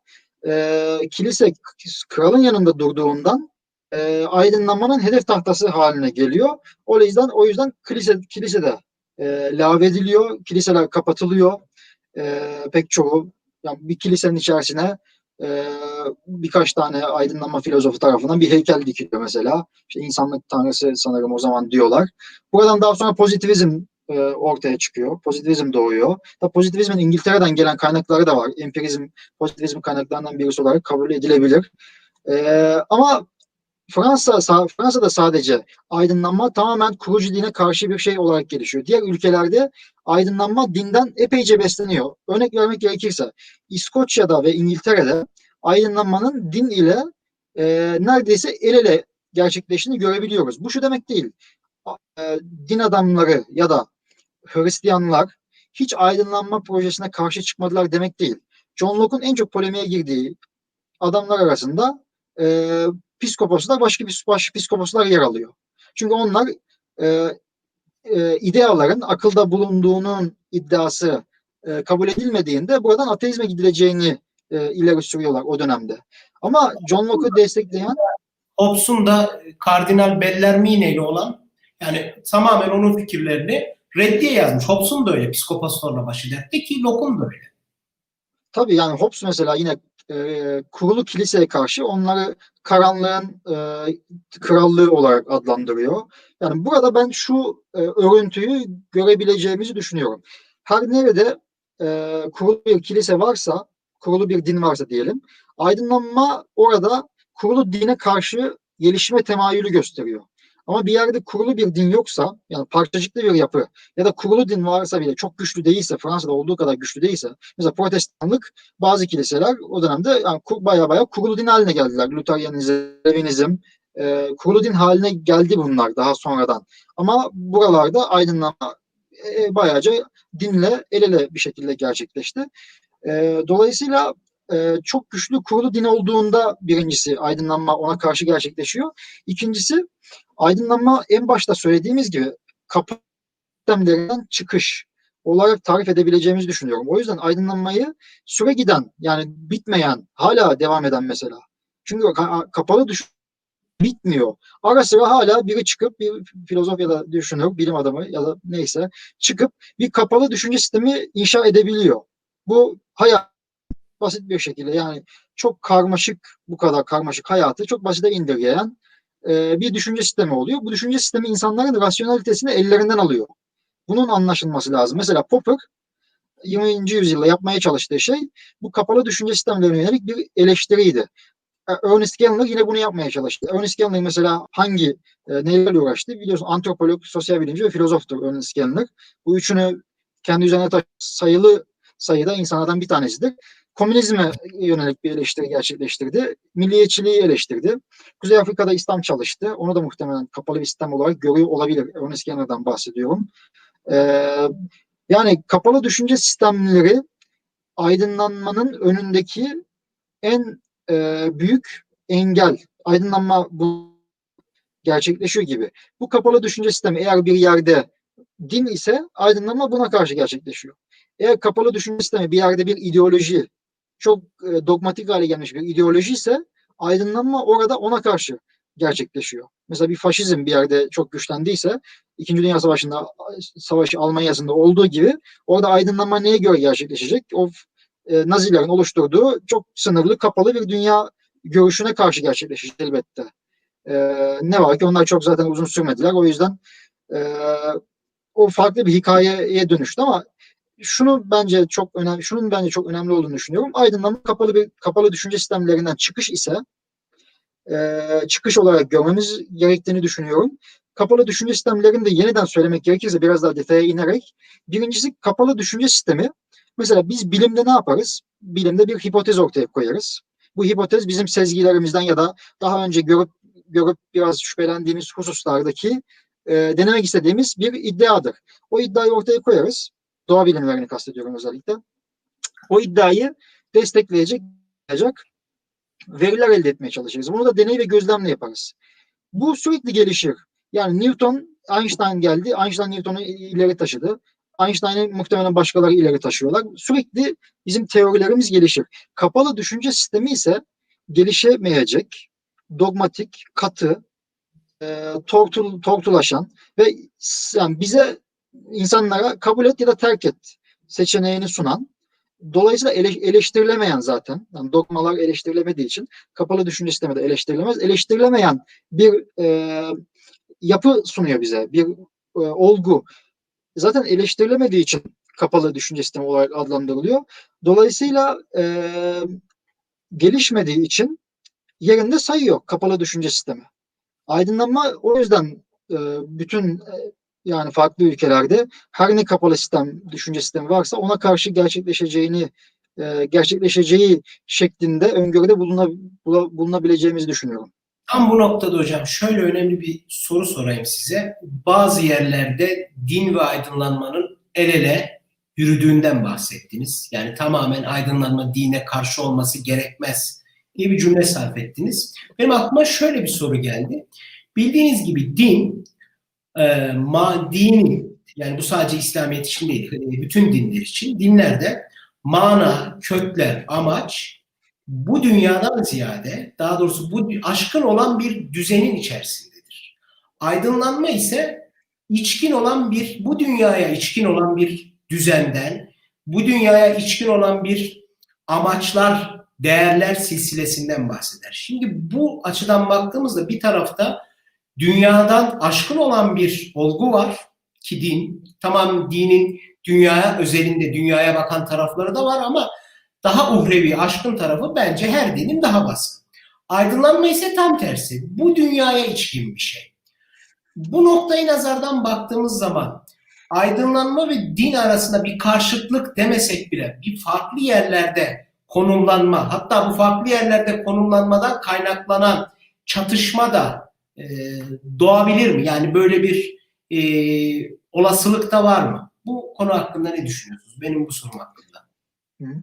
e, kilise kralın yanında durduğundan e, aydınlanmanın hedef tahtası haline geliyor. O yüzden o yüzden kilise kilise de e, lağvediliyor, kiliseler kapatılıyor. E, pek çoğu, yani bir kilisenin içerisine e, birkaç tane aydınlanma filozofu tarafından bir heykel dikiliyor mesela. İşte insanlık tanrısı sanırım o zaman diyorlar. Buradan daha sonra pozitivizm e, ortaya çıkıyor. Pozitivizm doğuyor. Da pozitivizmin İngiltere'den gelen kaynakları da var. Empirizm pozitivizm kaynaklarından birisi olarak kabul edilebilir. E, ama Fransa Fransa'da sadece aydınlanma tamamen kurucu dine karşı bir şey olarak gelişiyor. Diğer ülkelerde aydınlanma dinden epeyce besleniyor. Örnek vermek gerekirse İskoçya'da ve İngiltere'de aydınlanmanın din ile e, neredeyse el ele gerçekleştiğini görebiliyoruz. Bu şu demek değil. E, din adamları ya da Hristiyanlar hiç aydınlanma projesine karşı çıkmadılar demek değil. John Locke'un en çok polemiğe girdiği adamlar arasında e, psikoposlar, başka bir başka psikoposlar yer alıyor. Çünkü onlar e, e, ideaların akılda bulunduğunun iddiası e, kabul edilmediğinde buradan ateizme gidileceğini e, ileri sürüyorlar o dönemde. Ama John Locke'u destekleyen Hobbes'un da Kardinal Bellarmine ile olan, yani tamamen onun fikirlerini reddiye yazmış. Hobbes'un da öyle psikopatlarla başı dertte ki Locke'un da öyle. tabii yani Hobbes mesela yine e, kurulu kiliseye karşı onları karanlığın e, krallığı olarak adlandırıyor. Yani burada ben şu e, örüntüyü görebileceğimizi düşünüyorum. Her nerede e, kurulu bir kilise varsa, kurulu bir din varsa diyelim, aydınlanma orada kurulu dine karşı gelişime temayülü gösteriyor. Ama bir yerde kurulu bir din yoksa, yani parçacıklı bir yapı ya da kurulu din varsa bile çok güçlü değilse, Fransa'da olduğu kadar güçlü değilse, mesela Protestanlık, bazı kiliseler o dönemde yani baya baya kurulu din haline geldiler. Luteryanizm, Calvinizm, e, kurulu din haline geldi bunlar daha sonradan. Ama buralarda aydınlanma e, bayaca dinle el ele bir şekilde gerçekleşti. E, dolayısıyla e, çok güçlü kurulu din olduğunda birincisi aydınlanma ona karşı gerçekleşiyor. İkincisi aydınlanma en başta söylediğimiz gibi kapı sistemlerinden çıkış olarak tarif edebileceğimizi düşünüyorum. O yüzden aydınlanmayı süre giden, yani bitmeyen, hala devam eden mesela. Çünkü kapalı düşün bitmiyor. Ara sıra hala biri çıkıp, bir filozof ya da düşünür, bilim adamı ya da neyse çıkıp bir kapalı düşünce sistemi inşa edebiliyor. Bu hayat basit bir şekilde, yani çok karmaşık, bu kadar karmaşık hayatı çok basite indirgeyen e, bir düşünce sistemi oluyor. Bu düşünce sistemi insanların rasyonalitesini ellerinden alıyor. Bunun anlaşılması lazım. Mesela Popper yirminci yüzyılda yapmaya çalıştığı şey bu kapalı düşünce sistemlerine yönelik bir eleştiriydi. Ernest Gellner yine bunu yapmaya çalıştı. Ernest Gellner mesela hangi e, nelerle uğraştı? Biliyorsun antropolog, sosyal bilimci ve filozoftur Ernest Gellner. Bu üçünü kendi üzerine taş sayılı sayıda insanlardan bir tanesidir. Komünizme yönelik bir eleştiri gerçekleştirdi. Milliyetçiliği eleştirdi. Kuzey Afrika'da İslam çalıştı. Onu da muhtemelen kapalı bir sistem olarak görüyor olabilir. Ernest Gellner'dan bahsediyorum. Ee, yani kapalı düşünce sistemleri aydınlanmanın önündeki en e, büyük engel. Aydınlanma bu gerçekleşiyor gibi. Bu kapalı düşünce sistemi eğer bir yerde din ise aydınlanma buna karşı gerçekleşiyor. Eğer kapalı düşünce sistemi bir yerde bir ideoloji, çok e, dogmatik hale gelmiş bir ideoloji ise aydınlanma orada ona karşı gerçekleşiyor. Mesela bir faşizm bir yerde çok güçlendiyse, İkinci Dünya Savaşı'nda, savaşı Almanya'sında olduğu gibi orada aydınlanma neye göre gerçekleşecek? O e, Nazilerin oluşturduğu çok sınırlı, kapalı bir dünya görüşüne karşı gerçekleşecek elbette. E, ne var ki onlar çok zaten uzun sürmediler. O yüzden e, o farklı bir hikayeye dönüştü ama şunu bence çok önemli, şunun bence çok önemli olduğunu düşünüyorum. Aydınlanma kapalı bir kapalı düşünce sistemlerinden çıkış ise e, çıkış olarak görmemiz gerektiğini düşünüyorum. Kapalı düşünce sistemlerini de yeniden söylemek gerekirse biraz daha detaya inerek, birincisi kapalı düşünce sistemi. Mesela biz bilimde ne yaparız? Bilimde bir hipotez ortaya koyarız. Bu hipotez bizim sezgilerimizden ya da daha önce görüp görüp biraz şüphelendiğimiz hususlardaki e, denemek istediğimiz bir iddiadır. O iddiayı ortaya koyarız. Doğa bilimlerini kastediyorum özellikle. o iddiayı destekleyecek veriler elde etmeye çalışırız. Bunu da deney ve gözlemle yaparız. Bu sürekli gelişir. Yani Newton, Einstein geldi. Einstein Newton'u ileri taşıdı. Einstein'ı muhtemelen başkaları ileri taşıyorlar. Sürekli bizim teorilerimiz gelişir. Kapalı düşünce sistemi ise gelişemeyecek, dogmatik, katı, e, tortul, tortulaşan ve yani bize, insanlara kabul et ya da terk et seçeneğini sunan, dolayısıyla ele, eleştirilemeyen zaten, yani dogmalar eleştirilemediği için kapalı düşünce sistemi de eleştirilemez. Eleştirilemeyen bir e, yapı sunuyor bize, bir e, olgu. Zaten eleştirilemediği için kapalı düşünce sistemi olarak adlandırılıyor. Dolayısıyla e, gelişmediği için yerinde sayıyor kapalı düşünce sistemi. Aydınlanma o yüzden e, bütün e, yani farklı ülkelerde her ne kapalı sistem, düşünce sistemi varsa ona karşı gerçekleşeceğini e, gerçekleşeceği şeklinde öngörüde buluna, bulunabileceğimizi düşünüyorum. Tam bu noktada hocam şöyle önemli bir soru sorayım size. Bazı yerlerde din ve aydınlanmanın el ele yürüdüğünden bahsettiniz. Yani tamamen aydınlanma dine karşı olması gerekmez diye bir cümle sarf ettiniz. Benim aklıma şöyle bir soru geldi. Bildiğiniz gibi din, e, ma, dinin, yani bu sadece İslamiyet için değil, e, bütün dinler için, dinlerde mana, kökler, amaç bu dünyadan ziyade, daha doğrusu bu aşkın olan bir düzenin içerisindedir. Aydınlanma ise içkin olan bir, bu dünyaya içkin olan bir düzenden, bu dünyaya içkin olan bir amaçlar, değerler silsilesinden bahseder. Şimdi bu açıdan baktığımızda bir tarafta dünyadan aşkın olan bir olgu var ki din. Tamam, dinin dünyaya özelinde, dünyaya bakan tarafları da var ama daha uhrevi, aşkın tarafı bence her dinin daha baskın. Aydınlanma ise tam tersi. Bu dünyaya içkin bir şey. Bu noktayı nazardan baktığımız zaman aydınlanma ve din arasında bir karşıtlık demesek bile bir farklı yerlerde konumlanma, hatta bu farklı yerlerde konumlanmadan kaynaklanan çatışma da e, doğabilir mi? Yani böyle bir e, olasılık da var mı? Bu konu hakkında ne düşünüyorsunuz? Benim bu sorum hakkında. Hı.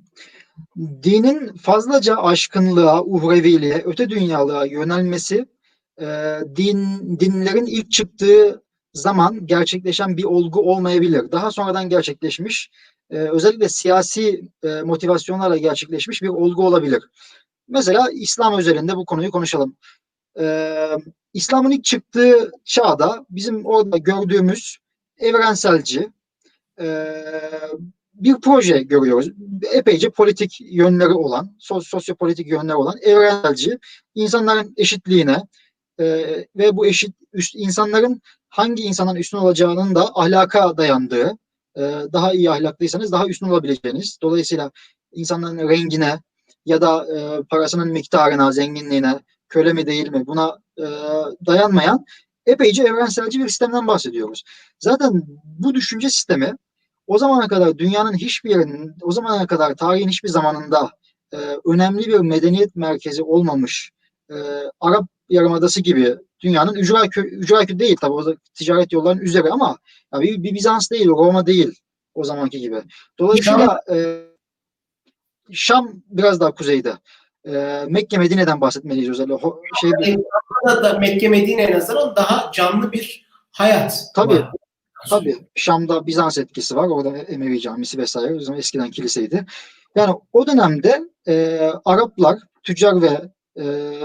Dinin fazlaca aşkınlığa, uhreviliğe, öte dünyalığa yönelmesi e, din dinlerin ilk çıktığı zaman gerçekleşen bir olgu olmayabilir. Daha sonradan gerçekleşmiş, e, özellikle siyasi e, motivasyonlarla gerçekleşmiş bir olgu olabilir. Mesela İslam özelinde bu konuyu konuşalım. Ee, İslam'ın ilk çıktığı çağda bizim orada gördüğümüz evrenselci e, bir proje görüyoruz. Epeyce politik yönleri olan, sosyopolitik yönleri olan evrenselci, insanların eşitliğine e, ve bu eşit üst, insanların hangi insanın üstün olacağının da ahlaka dayandığı, e, daha iyi ahlaklıysanız daha üstün olabileceğiniz, dolayısıyla insanların rengine ya da e, parasının miktarına, zenginliğine, köle mi değil mi buna e, dayanmayan epeyce evrenselci bir sistemden bahsediyoruz. Zaten bu düşünce sistemi o zamana kadar dünyanın hiçbir yerinin, o zamana kadar tarihin hiçbir zamanında e, önemli bir medeniyet merkezi olmamış e, Arap Yarımadası gibi dünyanın ücra, ücra değil tabii o da ticaret yollarının üzeri ama ya bir, bir Bizans değil, Roma değil o zamanki gibi. Şam, Dolayısıyla e, Şam biraz daha kuzeyde. E, Mekke Medine'den bahsetmeliyiz özellikle. Ho, şey bir, da Mekke Medine'ye nazaran daha canlı bir hayat tabii var. tabii Şam'da Bizans etkisi var. Orada Emevi Camisi vesaire. O zaman eskiden kiliseydi. Yani o dönemde e, Araplar, tüccar ve e,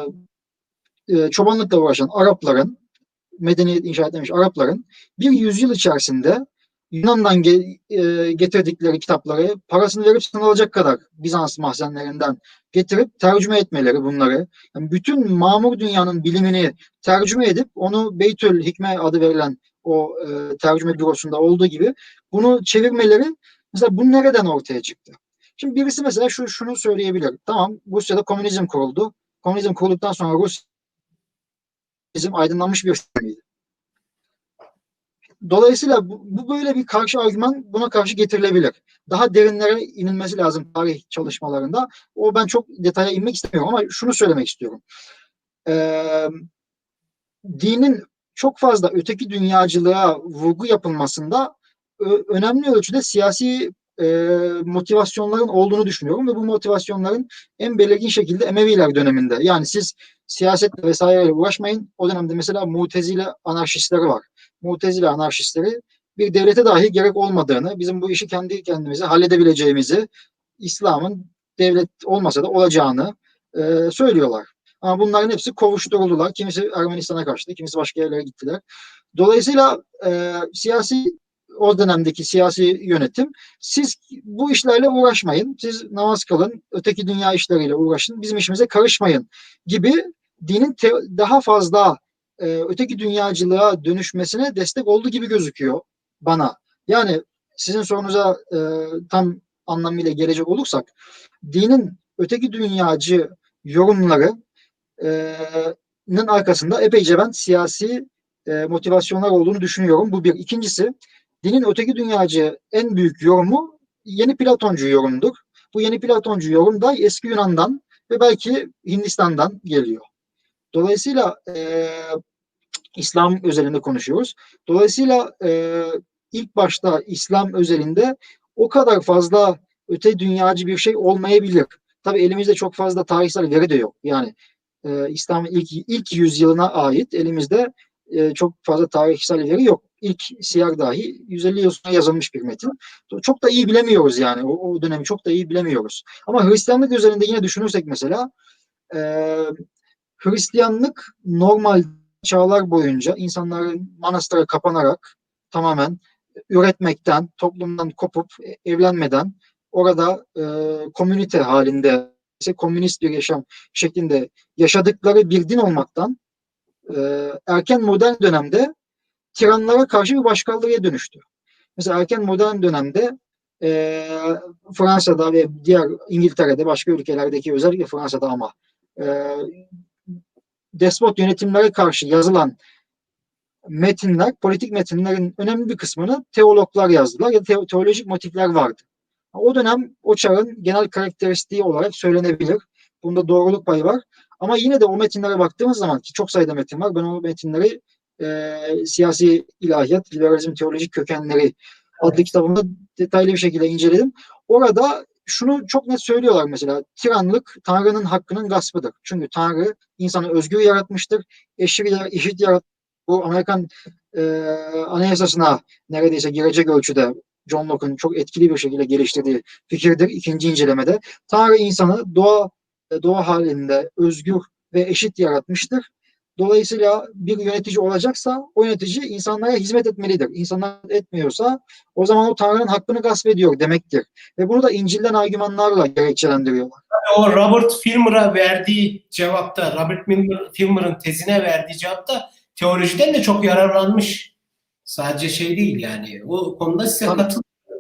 e, çobanlıkla uğraşan Arapların, medeniyet inşa etmiş Arapların bir yüzyıl içerisinde Yunan'dan ge, e, getirdikleri kitapları parasını verip satın alacak kadar Bizans mahzenlerinden getirip tercüme etmeleri bunları. Yani bütün mamur dünyanın bilimini tercüme edip onu Beytül Hikme adı verilen o e, tercüme bürosunda olduğu gibi bunu çevirmeleri, mesela bu nereden ortaya çıktı? Şimdi birisi mesela şu şunu söyleyebilir. Tamam, Rusya'da komünizm kuruldu. Komünizm kurulduktan sonra Rusya bizim aydınlanmış bir sistemiydi. Dolayısıyla bu, bu böyle bir karşı argüman buna karşı getirilebilir. Daha derinlere inilmesi lazım tarih çalışmalarında. O ben çok detaya inmek istemiyorum ama şunu söylemek istiyorum. Ee, Dinin çok fazla öteki dünyacılığa vurgu yapılmasında önemli ölçüde siyasi e, motivasyonların olduğunu düşünüyorum ve bu motivasyonların en belirgin şekilde Emeviler döneminde. Yani siz siyasetle vesaireyle uğraşmayın. O dönemde mesela Mutezile anarşistleri var. Mutezile anarşistleri bir devlete dahi gerek olmadığını, bizim bu işi kendi kendimize halledebileceğimizi, İslam'ın devlet olmasa da olacağını e, söylüyorlar. Ama bunların hepsi kovuşturuldular. Kimisi Ermenistan'a kaçtı, kimisi başka yerlere gittiler. Dolayısıyla e, siyasi o dönemdeki siyasi yönetim siz bu işlerle uğraşmayın, siz namaz kılın, öteki dünya işleriyle uğraşın, bizim işimize karışmayın gibi dinin te- daha fazla e, öteki dünyacılığa dönüşmesine destek olduğu gibi gözüküyor bana. Yani sizin sorunuza e, tam anlamıyla gelecek olursak, dinin öteki dünyacı yorumlarının arkasında epeyce ben siyasi e, motivasyonlar olduğunu düşünüyorum. Bu bir. İkincisi, dinin öteki dünyacı en büyük yorumu yeni Platoncu yorumdur. Bu yeni Platoncu yorum da eski Yunan'dan ve belki Hindistan'dan geliyor. Dolayısıyla e, İslam özelinde konuşuyoruz. Dolayısıyla e, ilk başta İslam özelinde o kadar fazla öte dünyacı bir şey olmayabilir. Tabii elimizde çok fazla tarihsel veri de yok. Yani e, İslam'ın ilk ilk yüzyılına ait elimizde e, çok fazla tarihsel veri yok. İlk siyer dahi yüz elli yıl sonra yazılmış bir metin. Çok da iyi bilemiyoruz yani. O, o dönemi çok da iyi bilemiyoruz. Ama Hristiyanlık üzerinde yine düşünürsek mesela e, Hristiyanlık normal çağlar boyunca insanların manastıra kapanarak tamamen üretmekten, toplumdan kopup evlenmeden orada e, komünite halinde, komünist bir yaşam şeklinde yaşadıkları bir din olmaktan e, erken modern dönemde tiranlara karşı bir başkaldırıya dönüştü. Mesela erken modern dönemde e, Fransa'da ve diğer İngiltere'de, başka ülkelerdeki özellikle Fransa'da ama e, despot yönetimlere karşı yazılan metinler, politik metinlerin önemli bir kısmını teologlar yazdılar ya da te- teolojik motifler vardı. O dönem o çağın genel karakteristiği olarak söylenebilir. Bunda doğruluk payı var. Ama yine de o metinlere baktığımız zaman ki çok sayıda metin var. Ben o metinleri e, Siyasi İlahiyat, Liberalizm Teolojik Kökenleri adlı kitabımda detaylı bir şekilde inceledim. Orada şunu çok net söylüyorlar mesela. Tiranlık Tanrı'nın hakkının gaspıdır. Çünkü Tanrı insanı özgür yaratmıştır. Eşit, eşit yaratmıştır. Bu Amerikan e, anayasasına neredeyse girecek ölçüde John Locke'un çok etkili bir şekilde geliştirdiği fikirdir ikinci incelemede. Tanrı insanı doğa doğa halinde özgür ve eşit yaratmıştır. Dolayısıyla bir yönetici olacaksa o yönetici insanlara hizmet etmelidir. İnsanlar etmiyorsa o zaman o Tanrı'nın hakkını gasp ediyor demektir. Ve bunu da İncil'den argümanlarla gerekçelendiriyorlar. O Robert Filmer'a verdiği cevapta, Robert Filmer'ın tezine verdiği cevapta teolojiden de çok yararlanmış. Sadece şey değil yani. O konuda size katılıyorum.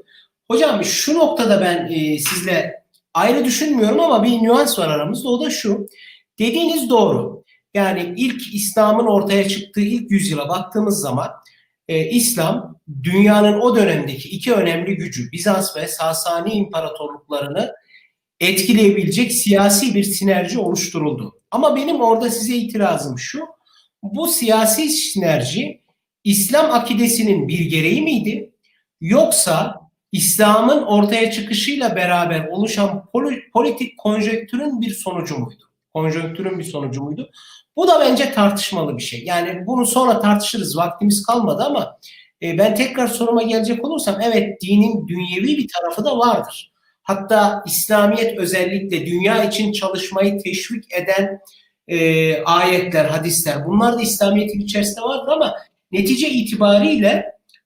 Hocam şu noktada ben e, sizle ayrı düşünmüyorum ama bir nüans var aramızda. O da şu. Dediğiniz doğru. Yani ilk İslam'ın ortaya çıktığı ilk yüzyıla baktığımız zaman e, İslam dünyanın o dönemdeki iki önemli gücü Bizans ve Sasani imparatorluklarını etkileyebilecek siyasi bir sinerji oluşturuldu. Ama benim orada size itirazım şu. Bu siyasi sinerji İslam akidesinin bir gereği miydi? Yoksa İslam'ın ortaya çıkışıyla beraber oluşan politik konjonktürün bir sonucu muydu? Konjonktürün bir sonucu muydu? Bu da bence tartışmalı bir şey. Yani bunu sonra tartışırız. Vaktimiz kalmadı ama e, ben tekrar soruma gelecek olursam evet dinin dünyevi bir tarafı da vardır. Hatta İslamiyet özellikle dünya için çalışmayı teşvik eden e, ayetler, hadisler bunlar da İslamiyet'in içerisinde vardır ama netice itibariyle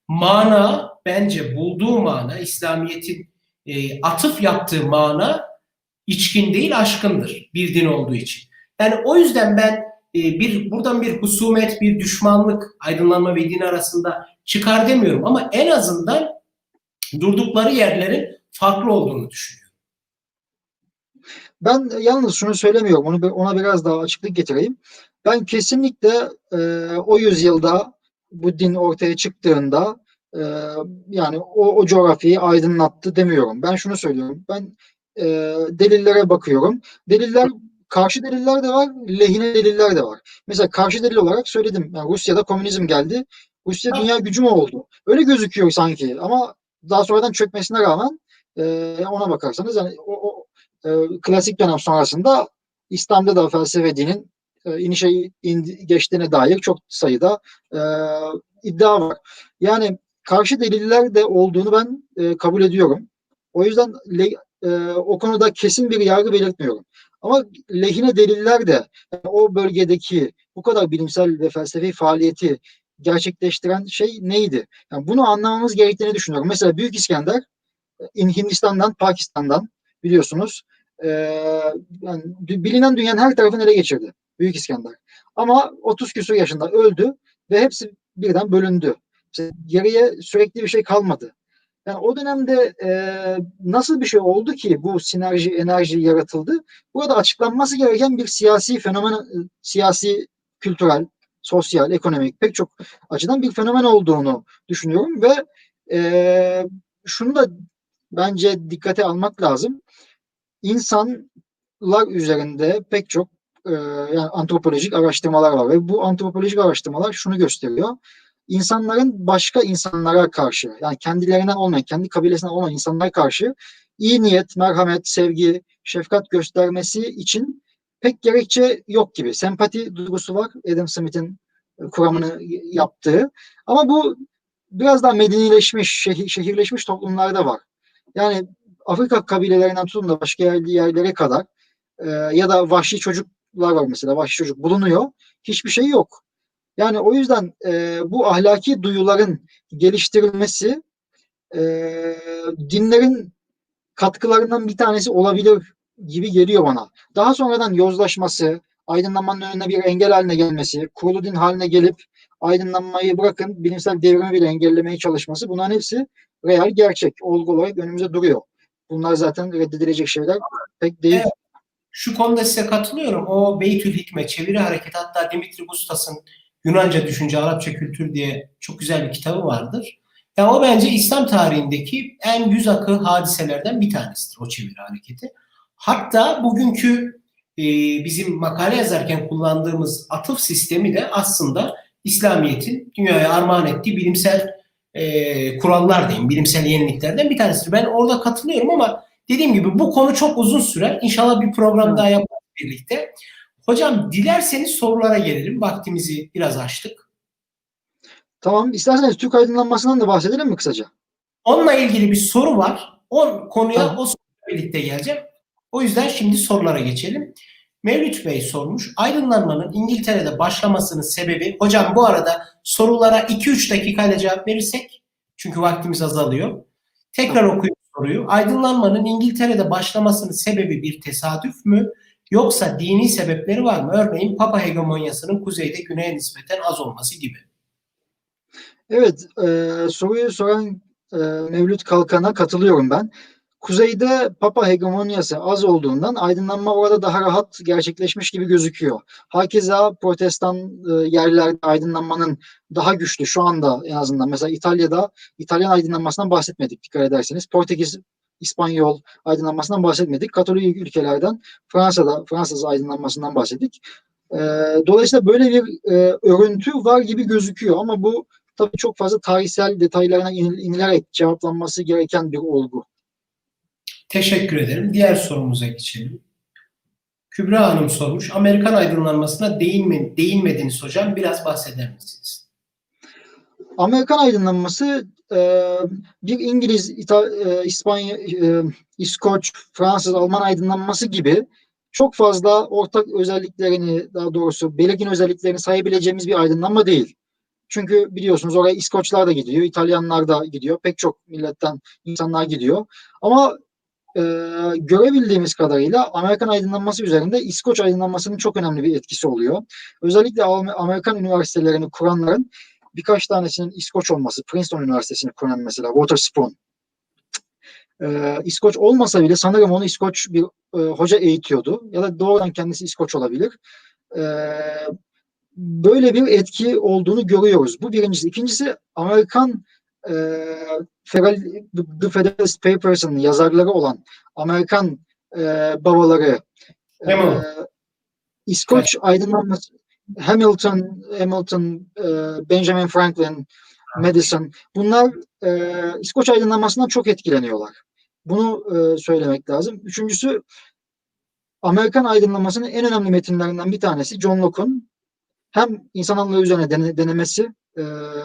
mana bence bulduğu mana İslamiyet'in e, atıf yaptığı mana içkin değil aşkındır bir din olduğu için. Yani o yüzden ben e, bir buradan bir husumet, bir düşmanlık aydınlanma ve din arasında çıkar demiyorum ama en azından durdukları yerlerin farklı olduğunu düşünüyorum. Ben yalnız şunu söylemiyorum, onu ona biraz daha açıklık getireyim. Ben kesinlikle e, o yüzyılda bu din ortaya çıktığında e, yani o, o coğrafyayı aydınlattı demiyorum. Ben şunu söylüyorum. Ben e, delillere bakıyorum. Deliller karşı deliller de var, lehine deliller de var. Mesela karşı delil olarak söyledim. Yani Rusya'da komünizm geldi. Rusya dünya gücü mü oldu? Öyle gözüküyor sanki ama daha sonradan çökmesine rağmen e, ona bakarsanız yani o, o e, klasik dönem sonrasında İslam'da da felsefe dinin e, inişe indi, geçtiğine dair çok sayıda e, iddia var. Yani karşı deliller de olduğunu ben e, kabul ediyorum. O yüzden le, e, o konuda kesin bir yargı belirtmiyorum. Ama lehine deliller de yani o bölgedeki bu kadar bilimsel ve felsefi faaliyeti gerçekleştiren şey neydi? Yani bunu anlamamız gerektiğini düşünüyorum. Mesela Büyük İskender Hindistan'dan, Pakistan'dan biliyorsunuz e, yani bilinen dünyanın her tarafını ele geçirdi Büyük İskender. Ama otuz küsur yaşında öldü ve hepsi birden bölündü. İşte geriye sürekli bir şey kalmadı. Yani o dönemde e, nasıl bir şey oldu ki bu sinerji, enerji yaratıldı? Burada açıklanması gereken bir siyasi fenomen, siyasi, kültürel, sosyal, ekonomik pek çok açıdan bir fenomen olduğunu düşünüyorum ve e, şunu da bence dikkate almak lazım. İnsanlar üzerinde pek çok e, yani antropolojik araştırmalar var ve bu antropolojik araştırmalar şunu gösteriyor. İnsanların başka insanlara karşı yani kendilerinden olmayan, kendi kabilesinden olmayan insanlara karşı iyi niyet, merhamet, sevgi, şefkat göstermesi için pek gerekçe yok gibi. Sempati duygusu var Adam Smith'in kuramını yaptığı. Ama bu biraz daha medenileşmiş, şehir, şehirleşmiş toplumlarda var. Yani Afrika kabilelerinden tutun da başka yerlere kadar e, ya da vahşi çocuklar var mesela. Vahşi çocuk bulunuyor. Hiçbir şey yok. Yani o yüzden e, bu ahlaki duyuların geliştirilmesi e, dinlerin katkılarından bir tanesi olabilir gibi geliyor bana. Daha sonradan yozlaşması, aydınlanmanın önüne bir engel haline gelmesi, kurulu din haline gelip aydınlanmayı bırakın bilimsel devrimi bile engellemeye çalışması bunların hepsi real gerçek, olgu olarak önümüzde duruyor. Bunlar zaten reddedilecek şeyler pek değil. Evet, şu konuda size katılıyorum. O Beytül Hikme çeviri hareketi, hatta Dimitri Gustas'ın Yunanca Düşünce, Arapça Kültür diye çok güzel bir kitabı vardır. Ya o bence İslam tarihindeki en yüz akı hadiselerden bir tanesidir o çeviri hareketi. Hatta bugünkü e, bizim makale yazarken kullandığımız atıf sistemi de aslında İslamiyet'in dünyaya armağan ettiği bilimsel e, kurallar diyeyim, bilimsel yeniliklerden bir tanesidir. Ben orada katılıyorum ama dediğim gibi bu konu çok uzun sürer. İnşallah bir program daha yaparız birlikte. Hocam dilerseniz sorulara gelelim. Vaktimizi biraz aştık. Tamam, isterseniz Türk aydınlanmasından da bahsedelim mi kısaca? Onunla ilgili bir soru var. O konuya Tamam. o soruyla birlikte geleceğim. O yüzden şimdi sorulara geçelim. Mevlüt Bey sormuş. Aydınlanmanın İngiltere'de başlamasının sebebi, hocam bu arada sorulara iki üç dakikayla cevap verirsek, çünkü vaktimiz azalıyor. Tekrar Tamam. okuyayım soruyu. Aydınlanmanın İngiltere'de başlamasının sebebi bir tesadüf mü? Yoksa dini sebepleri var mı? Örneğin Papa hegemonyasının kuzeyde güneye nispeten az olması gibi. Evet, e, soruyu soran e, Mevlüt Kalkan'a katılıyorum ben. Kuzeyde Papa hegemonyası az olduğundan aydınlanma orada daha rahat gerçekleşmiş gibi gözüküyor. Hakeza Protestan e, yerlerde aydınlanmanın daha güçlü şu anda en azından. Mesela İtalya'da İtalyan aydınlanmasından bahsetmedik dikkat ederseniz. Portekiz, İspanyol aydınlanmasından bahsetmedik. Katolik ülkelerden Fransa'da Fransız aydınlanmasından bahsettik. E, dolayısıyla böyle bir e, örüntü var gibi gözüküyor ama bu tabii çok fazla tarihsel detaylarına inilerek cevaplanması gereken bir olgu. Teşekkür ederim. Diğer sorumuza geçelim. Kübra Hanım sormuş. Amerikan aydınlanmasına değinme, değinmediniz hocam. Biraz bahseder misiniz? Amerikan aydınlanması e, bir İngiliz, İta, e, İspanya, e, İskoç, Fransız, Alman aydınlanması gibi çok fazla ortak özelliklerini, daha doğrusu belirgin özelliklerini sayabileceğimiz bir aydınlanma değil. Çünkü biliyorsunuz oraya İskoçlar da gidiyor, İtalyanlar da gidiyor, pek çok milletten insanlar gidiyor. Ama e, görebildiğimiz kadarıyla Amerikan aydınlanması üzerinde İskoç aydınlanmasının çok önemli bir etkisi oluyor. Özellikle Amerikan üniversitelerini kuranların birkaç tanesinin İskoç olması, Princeton Üniversitesi'ni kuran mesela Waterspoon. E, İskoç olmasa bile sanırım onu İskoç bir e, hoca eğitiyordu ya da doğrudan kendisi İskoç olabilir. E, böyle bir etki olduğunu görüyoruz. Bu birincisi. İkincisi Amerikan e, The Federalist Papers'ın yazarları olan Amerikan e, babaları e, Hamilton. İskoç aydınlanması Hamilton, Hamilton, e, Benjamin Franklin, Madison bunlar e, İskoç aydınlanmasından çok etkileniyorlar. Bunu e, söylemek lazım. Üçüncüsü, Amerikan aydınlanmasının en önemli metinlerinden bir tanesi John Locke'un hem insan hakları üzerine dene, denemesi, e,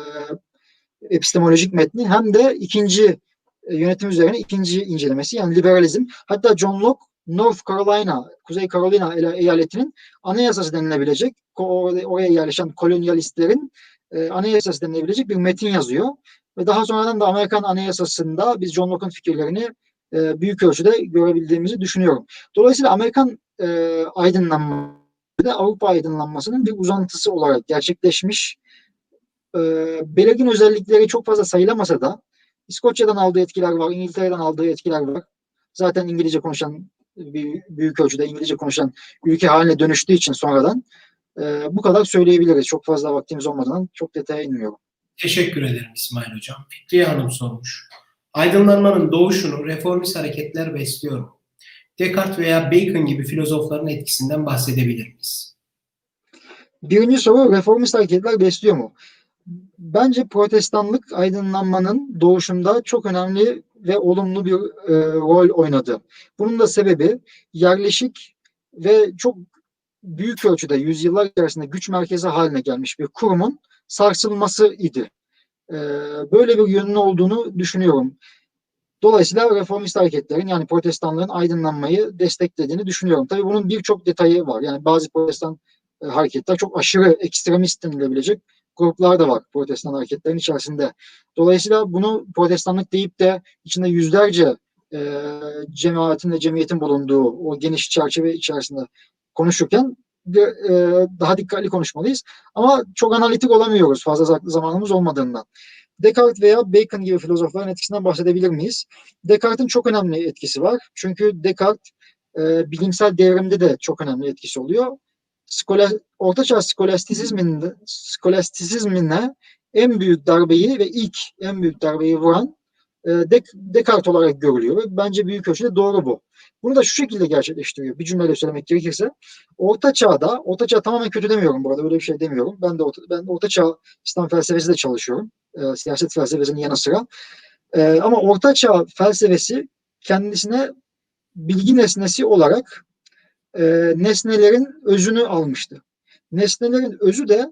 epistemolojik metni, hem de ikinci e, yönetim üzerine ikinci incelemesi, yani liberalizm. Hatta John Locke North Carolina, Kuzey Carolina eyaletinin anayasası denilebilecek, oraya yerleşen kolonyalistlerin e, anayasası denilebilecek bir metin yazıyor. Ve daha sonradan da Amerikan anayasasında biz John Locke'un fikirlerini e, büyük ölçüde görebildiğimizi düşünüyorum. Dolayısıyla Amerikan e, aydınlanması Avrupa aydınlanmasının bir uzantısı olarak gerçekleşmiş. E, belirgin özellikleri çok fazla sayılamasa da İskoçya'dan aldığı etkiler var, İngiltere'den aldığı etkiler var. Zaten İngilizce konuşan, büyük ölçüde İngilizce konuşan ülke haline dönüştüğü için sonradan e, bu kadar söyleyebiliriz. Çok fazla vaktimiz olmadan çok detaya inmiyorum. Teşekkür ederim İsmail Hocam. Fikriye Hanım sormuş. Aydınlanmanın doğuşunu reformist hareketler besliyor mu? Descartes veya Bacon gibi filozofların etkisinden bahsedebilir miyiz? Birinci soru, reformist hareketler besliyor mu? Bence protestanlık aydınlanmanın doğuşunda çok önemli ve olumlu bir e, rol oynadı. Bunun da sebebi yerleşik ve çok büyük ölçüde yüzyıllar içerisinde güç merkezi haline gelmiş bir kurumun sarsılması idi. E, böyle bir yönünün olduğunu düşünüyorum. Dolayısıyla reformist hareketlerin, yani protestanlığın aydınlanmayı desteklediğini düşünüyorum. Tabii bunun birçok detayı var. Yani bazı protestan e, hareketler çok aşırı ekstremist denilebilecek gruplar da var protestan hareketlerin içerisinde. Dolayısıyla bunu protestanlık deyip de içinde yüzlerce e, cemaatin ve cemiyetin bulunduğu o geniş çerçeve içerisinde konuşurken bir, e, daha dikkatli konuşmalıyız. Ama çok analitik olamıyoruz fazla zamanımız olmadığından. Descartes veya Bacon gibi filozofların etkisinden bahsedebilir miyiz? Descartes'in çok önemli etkisi var. Çünkü Descartes e, bilimsel devrimde de çok önemli etkisi oluyor. Skola, Ortaçağ skolastisizminde, skolastisizmine en büyük darbeyi ve ilk en büyük darbeyi vuran e, Descartes olarak görülüyor. Ve bence büyük ölçüde doğru bu. Bunu da şu şekilde gerçekleştiriyor. Bir cümleyle söylemek gerekirse. Orta Çağ'da, Orta Çağ tamamen kötü demiyorum burada, öyle bir şey demiyorum. Ben de Orta, ben Orta Çağ İslam felsefesi de çalışıyorum. E, siyaset felsefesinin yanı sıra. E, ama Orta Çağ felsefesi kendisine bilgi nesnesi olarak e, nesnelerin özünü almıştı. Nesnelerin özü de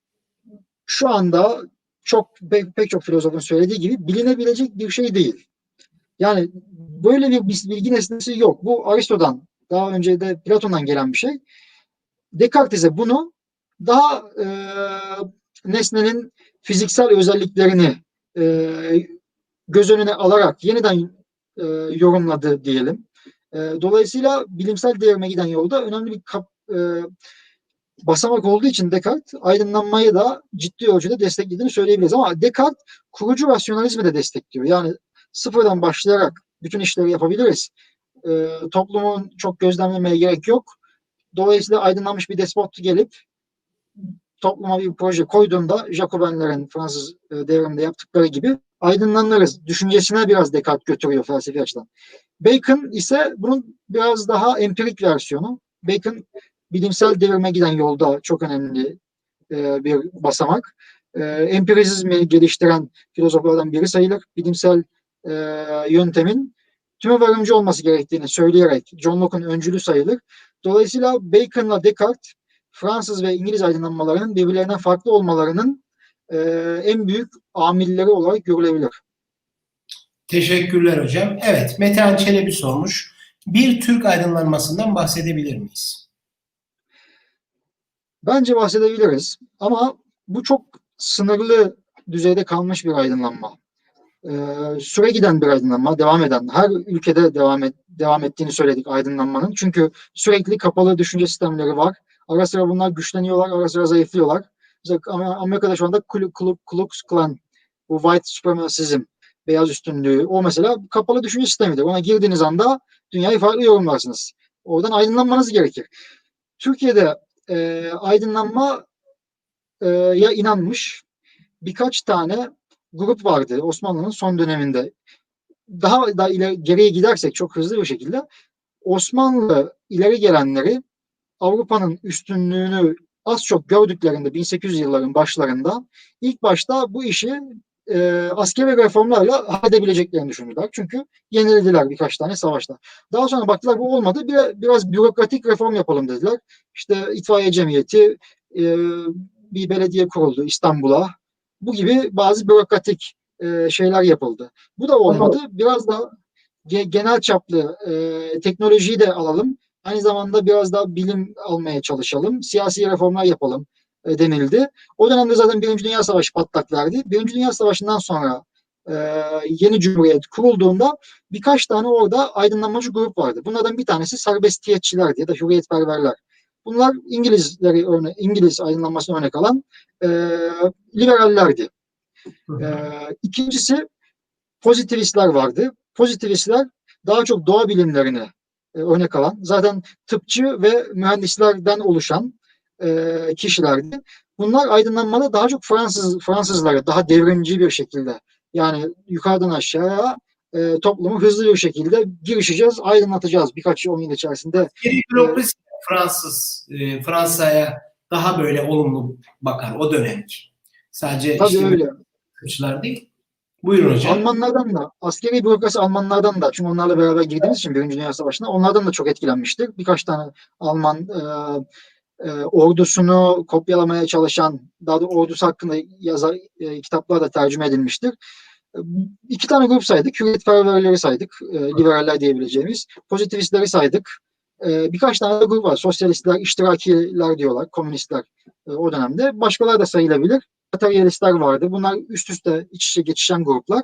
şu anda çok pek, pek çok filozofun söylediği gibi bilinebilecek bir şey değil. Yani böyle bir bilgi nesnesi yok. Bu Aristo'dan, daha önce de Platon'dan gelen bir şey. Descartes ise bunu daha e, nesnenin fiziksel özelliklerini e, göz önüne alarak yeniden e, yorumladı diyelim. E, dolayısıyla bilimsel devrime giden yolda önemli bir kap, e, basamak olduğu için Descartes aydınlanmayı da ciddi ölçüde desteklediğini söyleyebiliriz. Ama Descartes kurucu rasyonalizmi de destekliyor. Yani sıfırdan başlayarak bütün işleri yapabiliriz. E, toplumun çok gözlemlemeye gerek yok. Dolayısıyla aydınlanmış bir despot gelip topluma bir proje koyduğunda Jacobenlerin Fransız e, devriminde yaptıkları gibi aydınlanırız düşüncesine biraz Descartes götürüyor felsefi açıdan. Bacon ise bunun biraz daha empirik versiyonu. Bacon bilimsel devrime giden yolda çok önemli e, bir basamak. E, empirizmi geliştiren filozoflardan biri sayılır. Bilimsel e, yöntemin tüme varımcı olması gerektiğini söyleyerek John Locke'un öncülü sayılır. Dolayısıyla Bacon'la Descartes Fransız ve İngiliz aydınlanmalarının birbirlerinden farklı olmalarının e, en büyük amilleri olarak görülebilir. Teşekkürler hocam. Evet, Metehan Çelebi sormuş. Bir Türk aydınlanmasından bahsedebilir miyiz? Bence bahsedebiliriz ama bu çok sınırlı düzeyde kalmış bir aydınlanma. Ee, süre giden bir aydınlanma, devam eden, her ülkede devam, et, devam ettiğini söyledik aydınlanmanın. Çünkü sürekli kapalı düşünce sistemleri var. Ara sıra bunlar güçleniyorlar, ara sıra zayıflıyorlar. Mesela Amerika'da şu anda Ku Klux Klan, bu white supremacism, beyaz üstünlüğü, o mesela kapalı düşünce sistemidir. Ona girdiğiniz anda dünyayı farklı yorumlarsınız. Oradan aydınlanmanız gerekir. Türkiye'de e, aydınlanma e, ya inanmış birkaç tane grup vardı Osmanlı'nın son döneminde. Daha da ileri, geriye gidersek çok hızlı bir şekilde Osmanlı ileri gelenleri Avrupa'nın üstünlüğünü az çok gördüklerinde bin sekiz yüz yılların başlarında ilk başta bu işi e, askeri reformlarla halledebileceklerini düşündüler. Çünkü yenildiler birkaç tane savaşta. Daha sonra baktılar bu olmadı. Bir, biraz bürokratik reform yapalım dediler. İşte itfaiye cemiyeti, e, bir belediye kuruldu İstanbul'a. Bu gibi bazı bürokratik e, şeyler yapıldı. Bu da olmadı. Biraz da ge- genel çaplı e, teknolojiyi de alalım. Aynı zamanda biraz daha bilim almaya çalışalım. Siyasi reformlar yapalım e, denildi. O dönemde zaten Birinci Dünya Savaşı patlak verdi. Birinci Dünya Savaşı'ndan sonra e, yeni cumhuriyet kurulduğunda birkaç tane orada aydınlanmacı grup vardı. Bunlardan bir tanesi serbestiyetçiler ya da hürriyetperverler. Bunlar İngilizleri örne İngiliz aydınlanmasına örnek alan e, liberallerdi. Hı E, hı. ikincisi pozitivistler vardı. Pozitivistler daha çok doğa bilimlerini e, örnek alan, zaten tıpçı ve mühendislerden oluşan e, kişilerdi. Bunlar aydınlanmada daha çok Fransız Fransızlara daha devrimci bir şekilde, yani yukarıdan aşağıya e, toplumu hızlı bir şekilde girişeceğiz, aydınlatacağız birkaç on yıl içerisinde. Askeri E, bürokrasi Fransız, e, Fransa'ya daha böyle olumlu bakar o dönemki. Sadece tabii işte öyle. mühendisler değil. Buyurun hocam. Almanlardan da, askeri bürokrasi Almanlardan da, çünkü onlarla beraber girdiğimiz için Birinci Dünya Savaşı'na, onlardan da çok etkilenmiştir. Birkaç tane Alman e, e, ordusunu kopyalamaya çalışan, daha da ordusu hakkında yazar e, kitaplar da tercüme edilmiştir. E, iki tane grup saydık. Hürriyetperverleri saydık. E, liberaller diyebileceğimiz. Pozitivistleri saydık. E, birkaç tane de grup var. Sosyalistler, iştirakiler diyorlar. Komünistler e, o dönemde. Başkaları da sayılabilir. Materyalistler vardı. Bunlar üst üste iç içe geçişen gruplar.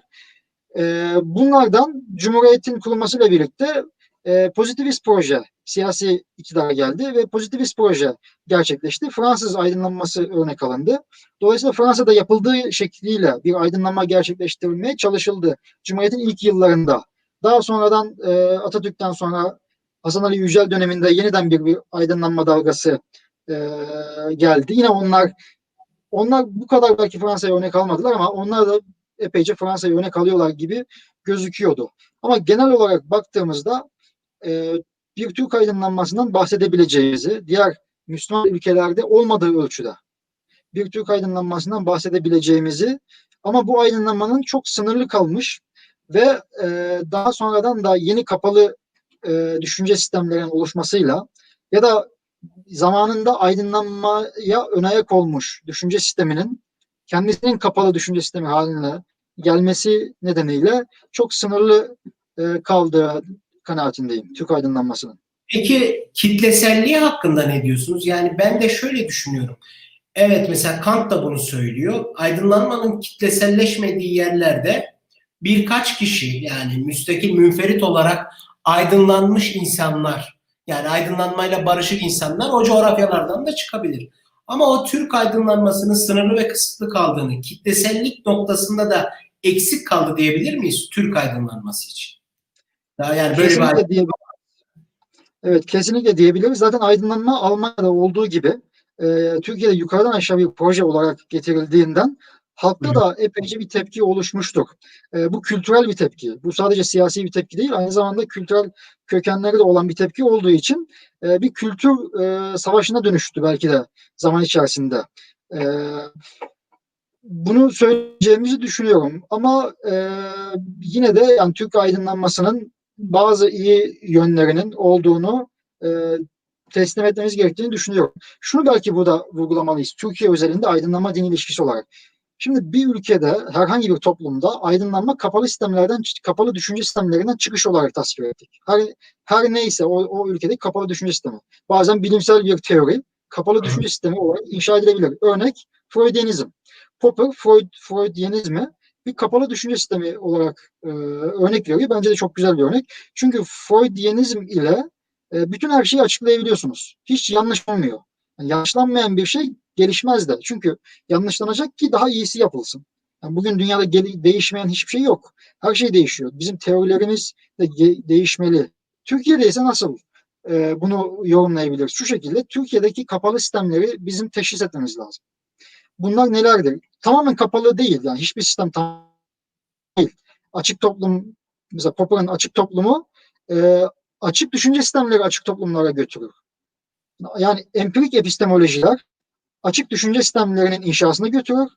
E, bunlardan Cumhuriyet'in kurulmasıyla birlikte e, pozitivist proje siyasi iktidara geldi ve pozitivist proje gerçekleşti. Fransız aydınlanması örnek alındı. Dolayısıyla Fransa'da yapıldığı şekliyle bir aydınlanma gerçekleştirilmeye çalışıldı. Cumhuriyet'in ilk yıllarında. Daha sonradan e, Atatürk'ten sonra Hasan Ali Yücel döneminde yeniden bir, bir aydınlanma dalgası e, geldi. Yine onlar onlar bu kadar belki Fransa'ya örnek almadılar ama onlar da epeyce Fransa'ya örnek alıyorlar gibi gözüküyordu. Ama genel olarak baktığımızda e, bir Türk aydınlanmasından bahsedebileceğimizi, diğer Müslüman ülkelerde olmadığı ölçüde bir Türk aydınlanmasından bahsedebileceğimizi, ama bu aydınlanmanın çok sınırlı kalmış ve e, daha sonradan da yeni kapalı e, düşünce sistemlerinin oluşmasıyla ya da zamanında aydınlanmaya ön ayak olmuş düşünce sisteminin kendisinin kapalı düşünce sistemi haline gelmesi nedeniyle çok sınırlı e, kaldığı kanaatindeyim Türk aydınlanmasının. Peki kitleselliği hakkında ne diyorsunuz? Yani ben de şöyle düşünüyorum. Evet, mesela Kant da bunu söylüyor. Aydınlanmanın kitleselleşmediği yerlerde birkaç kişi, yani müstakil, münferit olarak aydınlanmış insanlar, yani aydınlanmayla barışık insanlar o coğrafyalardan da çıkabilir. Ama o Türk aydınlanmasının sınırlı ve kısıtlı kaldığını, kitlesellik noktasında da eksik kaldı diyebilir miyiz Türk aydınlanması için? Daha yani böyle bir Kesinlikle diye Evet, kesinlikle diyebiliriz. Zaten aydınlanma Almanya'da olduğu gibi e, Türkiye'de yukarıdan aşağı bir proje olarak getirildiğinden halkta da epeyce bir tepki oluşmuştur. E, bu kültürel bir tepki. Bu sadece siyasi bir tepki değil, aynı zamanda kültürel kökenleri de olan bir tepki olduğu için e, bir kültür e, savaşına dönüştü belki de zaman içerisinde. E, Bunu söyleyeceğimizi düşünüyorum. Ama e, yine de yani Türk aydınlanmasının bazı iyi yönlerinin olduğunu e, teslim etmemiz gerektiğini düşünüyorum. Şunu belki burada vurgulamalıyız. Türkiye özelinde aydınlanma din ilişkisi olarak. Şimdi bir ülkede, herhangi bir toplumda aydınlanma kapalı sistemlerden, kapalı düşünce sistemlerinden çıkış olarak tasvir ettik. Her, her neyse o, o ülkedeki kapalı düşünce sistemi. Bazen bilimsel bir teori kapalı düşünce sistemi olarak inşa edilebilir. Örnek Freudianizm. Popper Freud, Freudianizmi bir kapalı düşünce sistemi olarak e, örnek veriyor. Bence de çok güzel bir örnek. Çünkü Freudianizm ile e, bütün her şeyi açıklayabiliyorsunuz. Hiç yanlış olmuyor. Yani yanlışlanmayan bir şey gelişmez de. Çünkü yanlışlanacak ki daha iyisi yapılsın. Yani bugün dünyada gel- değişmeyen hiçbir şey yok. Her şey değişiyor. Bizim teorilerimiz de ge- değişmeli. Türkiye'de ise nasıl e, bunu yorumlayabiliriz? Şu şekilde Türkiye'deki kapalı sistemleri bizim teşhis etmemiz lazım. Bunlar nelerdir? Tamamen kapalı değil. Yani hiçbir sistem tam değil. Açık toplum, mesela Popper'ın açık toplumu e, açık düşünce sistemleri açık toplumlara götürür. Yani empirik epistemolojiler açık düşünce sistemlerinin inşasına götürür.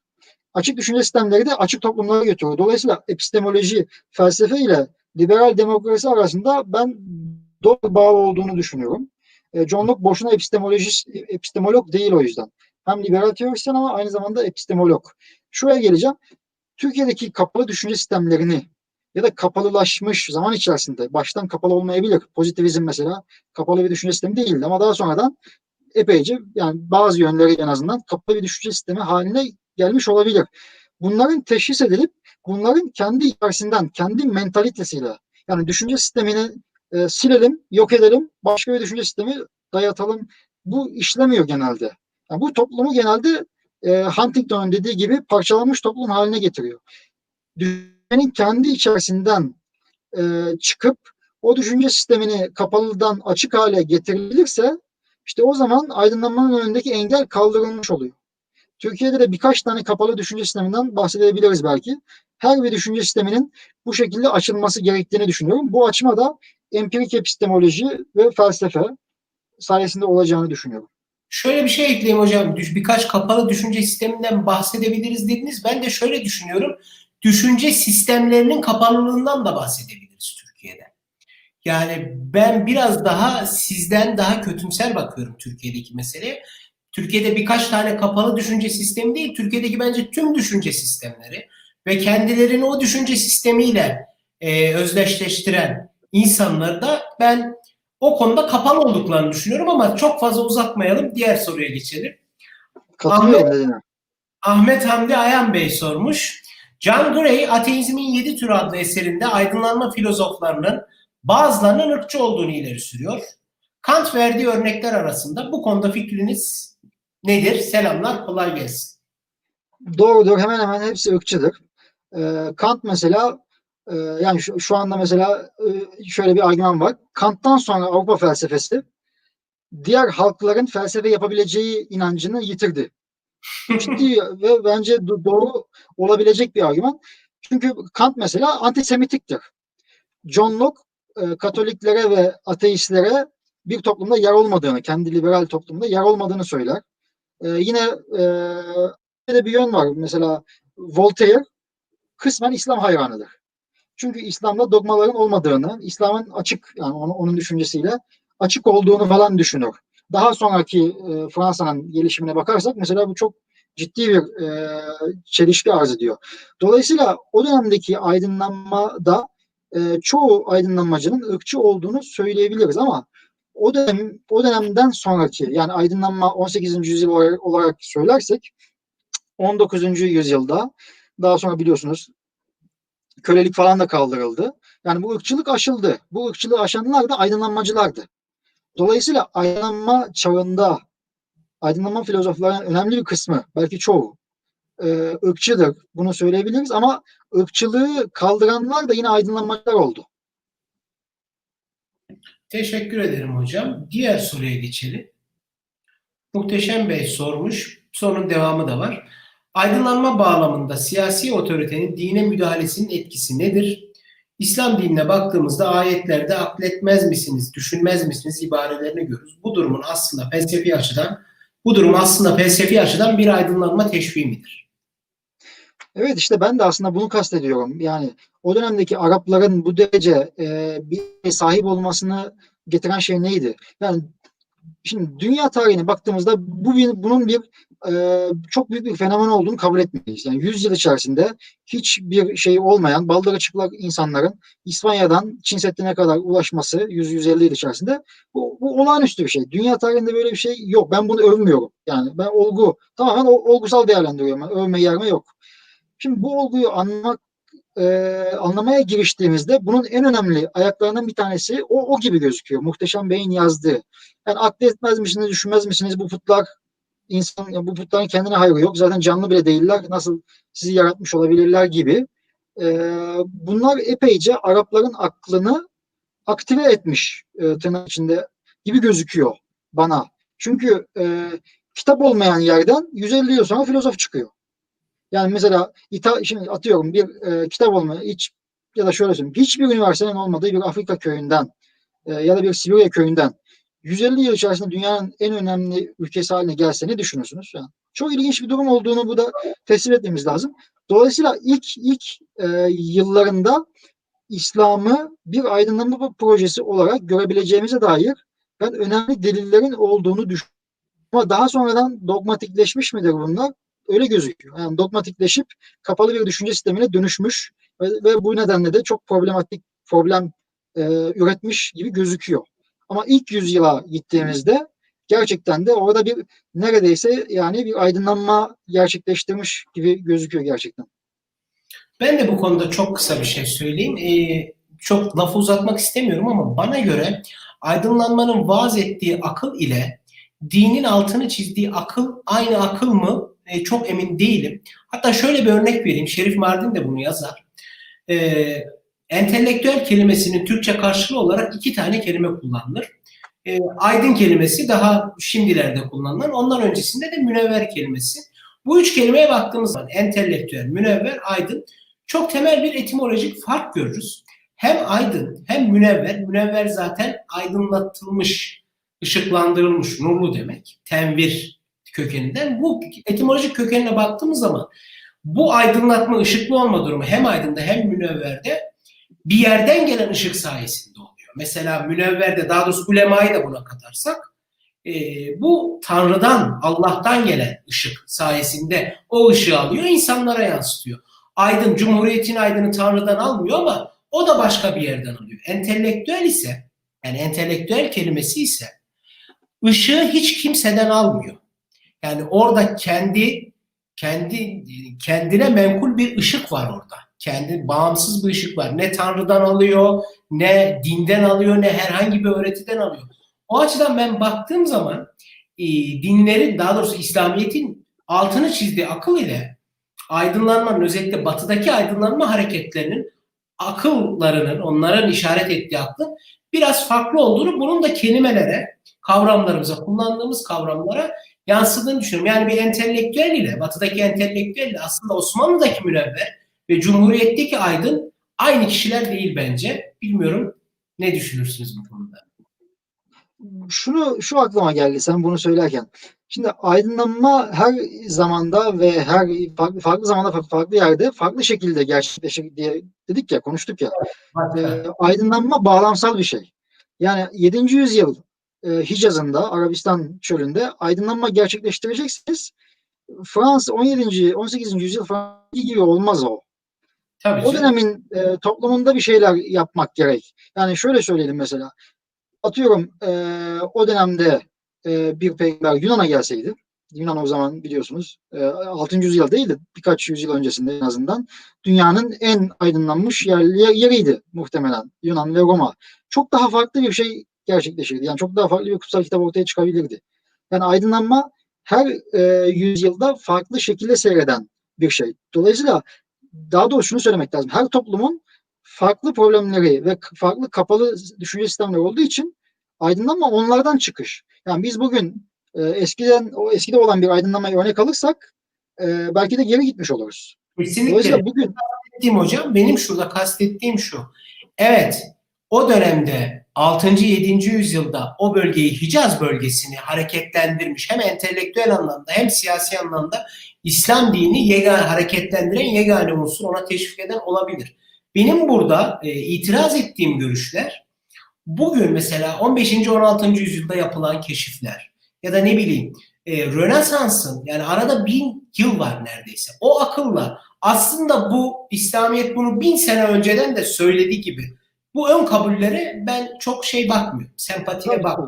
Açık düşünce sistemleri de açık toplumlara götürüyor. Dolayısıyla epistemoloji, felsefe ile liberal demokrasi arasında ben doğru bağ olduğunu düşünüyorum. E, John Locke boşuna epistemolojist, epistemolog değil o yüzden. Hem liberal teorisyen ama aynı zamanda epistemolog. Şuraya geleceğim. Türkiye'deki kapalı düşünce sistemlerini ya da kapalılaşmış zaman içerisinde baştan kapalı olmayabilir. Pozitivizm mesela kapalı bir düşünce sistemi değildi ama daha sonradan epeyce yani bazı yönleri en azından kapalı bir düşünce sistemi haline gelmiş olabilir. Bunların teşhis edilip bunların kendi içerisinden, kendi mentalitesiyle yani düşünce sistemini e, silelim, yok edelim, başka bir düşünce sistemi dayatalım. Bu işlemiyor genelde. Yani bu toplumu genelde e, Huntington'un dediği gibi parçalanmış toplum haline getiriyor. Düşüncenin kendi içerisinden e, çıkıp o düşünce sistemini kapalıdan açık hale getirilirse işte o zaman aydınlanmanın önündeki engel kaldırılmış oluyor. Türkiye'de de birkaç tane kapalı düşünce sisteminden bahsedebiliriz belki. Her bir düşünce sisteminin bu şekilde açılması gerektiğini düşünüyorum. Bu açma da empirik epistemoloji ve felsefe sayesinde olacağını düşünüyorum. Şöyle bir şey ekleyeyim hocam. Düş- Birkaç kapalı düşünce sisteminden bahsedebiliriz dediniz. Ben de şöyle düşünüyorum. Düşünce sistemlerinin kapalılığından da bahsedebiliriz Türkiye'de. Yani ben biraz daha sizden daha kötümser bakıyorum Türkiye'deki meseleye. Türkiye'de birkaç tane kapalı düşünce sistemi değil, Türkiye'deki bence tüm düşünce sistemleri ve kendilerini o düşünce sistemiyle e, özdeşleştiren insanları da ben o konuda kapalı olduklarını düşünüyorum ama çok fazla uzatmayalım. Diğer soruya geçelim. Ahmet, Katılıyorum dediğine. Ahmet Hamdi Ayan Bey sormuş. John Gray, Ateizmin Yedi Türü adlı eserinde aydınlanma filozoflarının bazılarının ırkçı olduğunu ileri sürüyor. Kant verdiği örnekler arasında bu konuda fikriniz nedir? Selamlar, kolay gelsin. Doğrudur. Hemen hemen hepsi ırkçıdır. Ee, Kant mesela e, yani şu, şu anda mesela e, şöyle bir argüman var. Kant'tan sonra Avrupa felsefesi diğer halkların felsefe yapabileceği inancını yitirdi. Bu ciddi ve bence do- doğru olabilecek bir argüman. Çünkü Kant mesela antisemitiktir. John Locke e, Katoliklere ve ateistlere bir toplumda yer olmadığını, kendi liberal toplumda yer olmadığını söyler. E, yine e, de bir yön var. Mesela Voltaire kısmen İslam hayranıdır. Çünkü İslam'da dogmaların olmadığını, İslam'ın açık yani onun, onun düşüncesiyle açık olduğunu falan düşünür. Daha sonraki e, Fransa'nın gelişimine bakarsak mesela bu çok ciddi bir e, çelişki arz ediyor. Dolayısıyla o dönemdeki aydınlanmada e, çoğu aydınlanmacının ırkçı olduğunu söyleyebiliriz ama o dönem o dönemden sonraki yani aydınlanma on sekizinci yüzyıl olarak, olarak söylersek on dokuzuncu yüzyılda daha sonra biliyorsunuz kölelik falan da kaldırıldı. Yani bu ırkçılık aşıldı. Bu ırkçılığı aşanlar da aydınlanmacılardı. Dolayısıyla aydınlanma çağında aydınlanma filozoflarının önemli bir kısmı, belki çoğu e, ırkçıdır. Bunu söyleyebiliriz ama ırkçılığı kaldıranlar da yine aydınlanmacılar oldu. Teşekkür ederim hocam. Diğer soruya geçelim. Muhteşem Bey sormuş. Sorunun devamı da var. Aydınlanma bağlamında siyasi otoritenin dine müdahalesinin etkisi nedir? İslam dinine baktığımızda ayetlerde akletmez misiniz, düşünmez misiniz ibarelerini görürüz. Bu durumun aslında felsefi açıdan, bu durum aslında felsefi açıdan bir aydınlanma teşviki midir? Evet işte ben de aslında bunu kastediyorum. Yani o dönemdeki Arapların bu derece e, bir sahip olmasını getiren şey neydi? Yani şimdi dünya tarihine baktığımızda bu bir, bunun bir e, çok büyük bir fenomen olduğunu kabul etmeliyiz. Yani yüz yıl içerisinde hiçbir şey olmayan baldırı çıplak insanların İspanya'dan Çin Seddi'ne kadar ulaşması yüz yüz elli yıl içerisinde bu, bu olağanüstü bir şey. Dünya tarihinde böyle bir şey yok. Ben bunu övmüyorum. Yani ben olgu tamamen o, olgusal değerlendiriyorum. Yani övme yerme yok. Şimdi bu olguyu anlamak e, anlamaya giriştiğimizde bunun en önemli ayaklarından bir tanesi o, o gibi gözüküyor. Muhteşem Bey'in yazdığı. Yani akletmez misiniz, düşünmez misiniz bu putlar insan, ya bu putların kendine hayrı yok. Zaten canlı bile değiller. Nasıl sizi yaratmış olabilirler gibi. E, bunlar epeyce Arapların aklını aktive etmiş e, tırnak içinde gibi gözüküyor bana. Çünkü e, kitap olmayan yerden yüz elli yıl sonra filozof çıkıyor. Yani mesela İta, şimdi atıyorum bir e, kitap olma hiç ya da şöyle söyleyeyim hiçbir üniversitenin olmadığı bir Afrika köyünden e, ya da bir Sibirya köyünden yüz elli yıl içerisinde dünyanın en önemli ülkesi haline gelse ne düşünürsünüz? Yani çok ilginç bir durum olduğunu burada teslim etmemiz lazım. Dolayısıyla ilk ilk e, yıllarında İslam'ı bir aydınlanma projesi olarak görebileceğimize dair ben önemli delillerin olduğunu düşünüyorum. Ama daha sonradan dogmatikleşmiş midir bunlar? Öyle gözüküyor. Yani dogmatikleşip kapalı bir düşünce sistemine dönüşmüş ve, ve bu nedenle de çok problematik problem e, üretmiş gibi gözüküyor. Ama ilk yüzyıla gittiğimizde gerçekten de orada bir neredeyse yani bir aydınlanma gerçekleştirmiş gibi gözüküyor gerçekten. Ben de bu konuda çok kısa bir şey söyleyeyim. Ee, çok lafı uzatmak istemiyorum ama bana göre aydınlanmanın vaaz ettiği akıl ile dinin altını çizdiği akıl aynı akıl mı? Ee, çok emin değilim. Hatta şöyle bir örnek vereyim. Şerif Mardin de bunu yazar. Ee, entelektüel kelimesinin Türkçe karşılığı olarak iki tane kelime kullanılır. Ee, aydın kelimesi daha şimdilerde kullanılan, ondan öncesinde de münevver kelimesi. Bu üç kelimeye baktığımız zaman entelektüel, münevver, aydın çok temel bir etimolojik fark görürüz. Hem aydın hem münevver, münevver zaten aydınlatılmış, ışıklandırılmış, nurlu demek. Tenvir kökeninden. Bu etimolojik kökenine baktığımız zaman bu aydınlatma, ışıklı olma durumu hem aydında hem münevverde bir yerden gelen ışık sayesinde oluyor. Mesela münevverde, daha doğrusu ulemayı da buna katarsak, e, bu Tanrı'dan, Allah'tan gelen ışık sayesinde o ışığı alıyor, insanlara yansıtıyor. Aydın, Cumhuriyet'in aydını Tanrı'dan almıyor ama o da başka bir yerden alıyor. Entelektüel ise, yani entelektüel kelimesi ise ışığı hiç kimseden almıyor. Yani orada kendi kendi kendine menkul bir ışık var orada. Kendi bağımsız bir ışık var. Ne Tanrı'dan alıyor, ne dinden alıyor, ne herhangi bir öğretiden alıyor. O açıdan ben baktığım zaman e, dinlerin, daha doğrusu İslamiyet'in altını çizdiği akıl ile aydınlanmanın, özellikle batıdaki aydınlanma hareketlerinin akıllarının, onların işaret ettiği aklın biraz farklı olduğunu, bunun da kelimelere, kavramlarımıza, kullandığımız kavramlara yansıdığını düşünüyorum. Yani bir entelektüel ile, batıdaki entelektüel ile aslında Osmanlı'daki münevver ve Cumhuriyet'teki aydın aynı kişiler değil bence. Bilmiyorum, ne düşünürsünüz bu konuda? Şunu şu aklıma geldi sen bunu söylerken. Şimdi aydınlanma her zamanda ve her farklı, farklı zamanda farklı, farklı yerde farklı şekilde gerçekleşir diye dedik ya, konuştuk ya. E, aydınlanma bağlamsal bir şey. Yani yedinci yüzyıl e, Hicaz'ında, Arabistan çölünde aydınlanma gerçekleştireceksiniz. Fransız on yedinci on sekizinci yüzyıl Fransız gibi olmaz o. Tabii O canım. dönemin e, toplumunda bir şeyler yapmak gerek. Yani şöyle söyleyelim mesela. Atıyorum e, o dönemde e, bir peygamber Yunan'a gelseydi, Yunan o zaman biliyorsunuz e, altıncı yüzyıl değil de birkaç yüzyıl öncesinde en azından dünyanın en aydınlanmış yer, yeriydi muhtemelen Yunan ve Roma. Çok daha farklı bir şey gerçekleşirdi. Yani çok daha farklı bir kutsal kitap ortaya çıkabilirdi. Yani aydınlanma her e, yüzyılda farklı şekilde seyreden bir şey. Dolayısıyla daha doğrusu şunu söylemek lazım. Her toplumun farklı problemleri ve farklı kapalı düşünce sistemleri olduğu için aydınlanma onlardan çıkış. Yani biz bugün e, eskiden o eskide olan bir aydınlanmayı örnek alırsak e, belki de geri gitmiş oluruz. Kesinlikle. Dolayısıyla bugün Kastettiğim hocam, benim şurada kastettiğim şu. Evet, o dönemde altıncı. yedinci yüzyılda o bölgeyi, Hicaz bölgesini hareketlendirmiş, hem entelektüel anlamda hem siyasi anlamda İslam dini yegane hareketlendiren yegane unsur, ona teşvik eden olabilir. Benim burada e, itiraz ettiğim görüşler, bugün mesela on beşinci. on altıncı yüzyılda yapılan keşifler ya da ne bileyim e, Rönesans'ın, yani arada bin yıl var neredeyse. O akılla aslında bu İslamiyet bunu bin sene önceden de söylediği gibi bu ön kabullere ben çok şey bakmıyorum. Sempatiyle bak.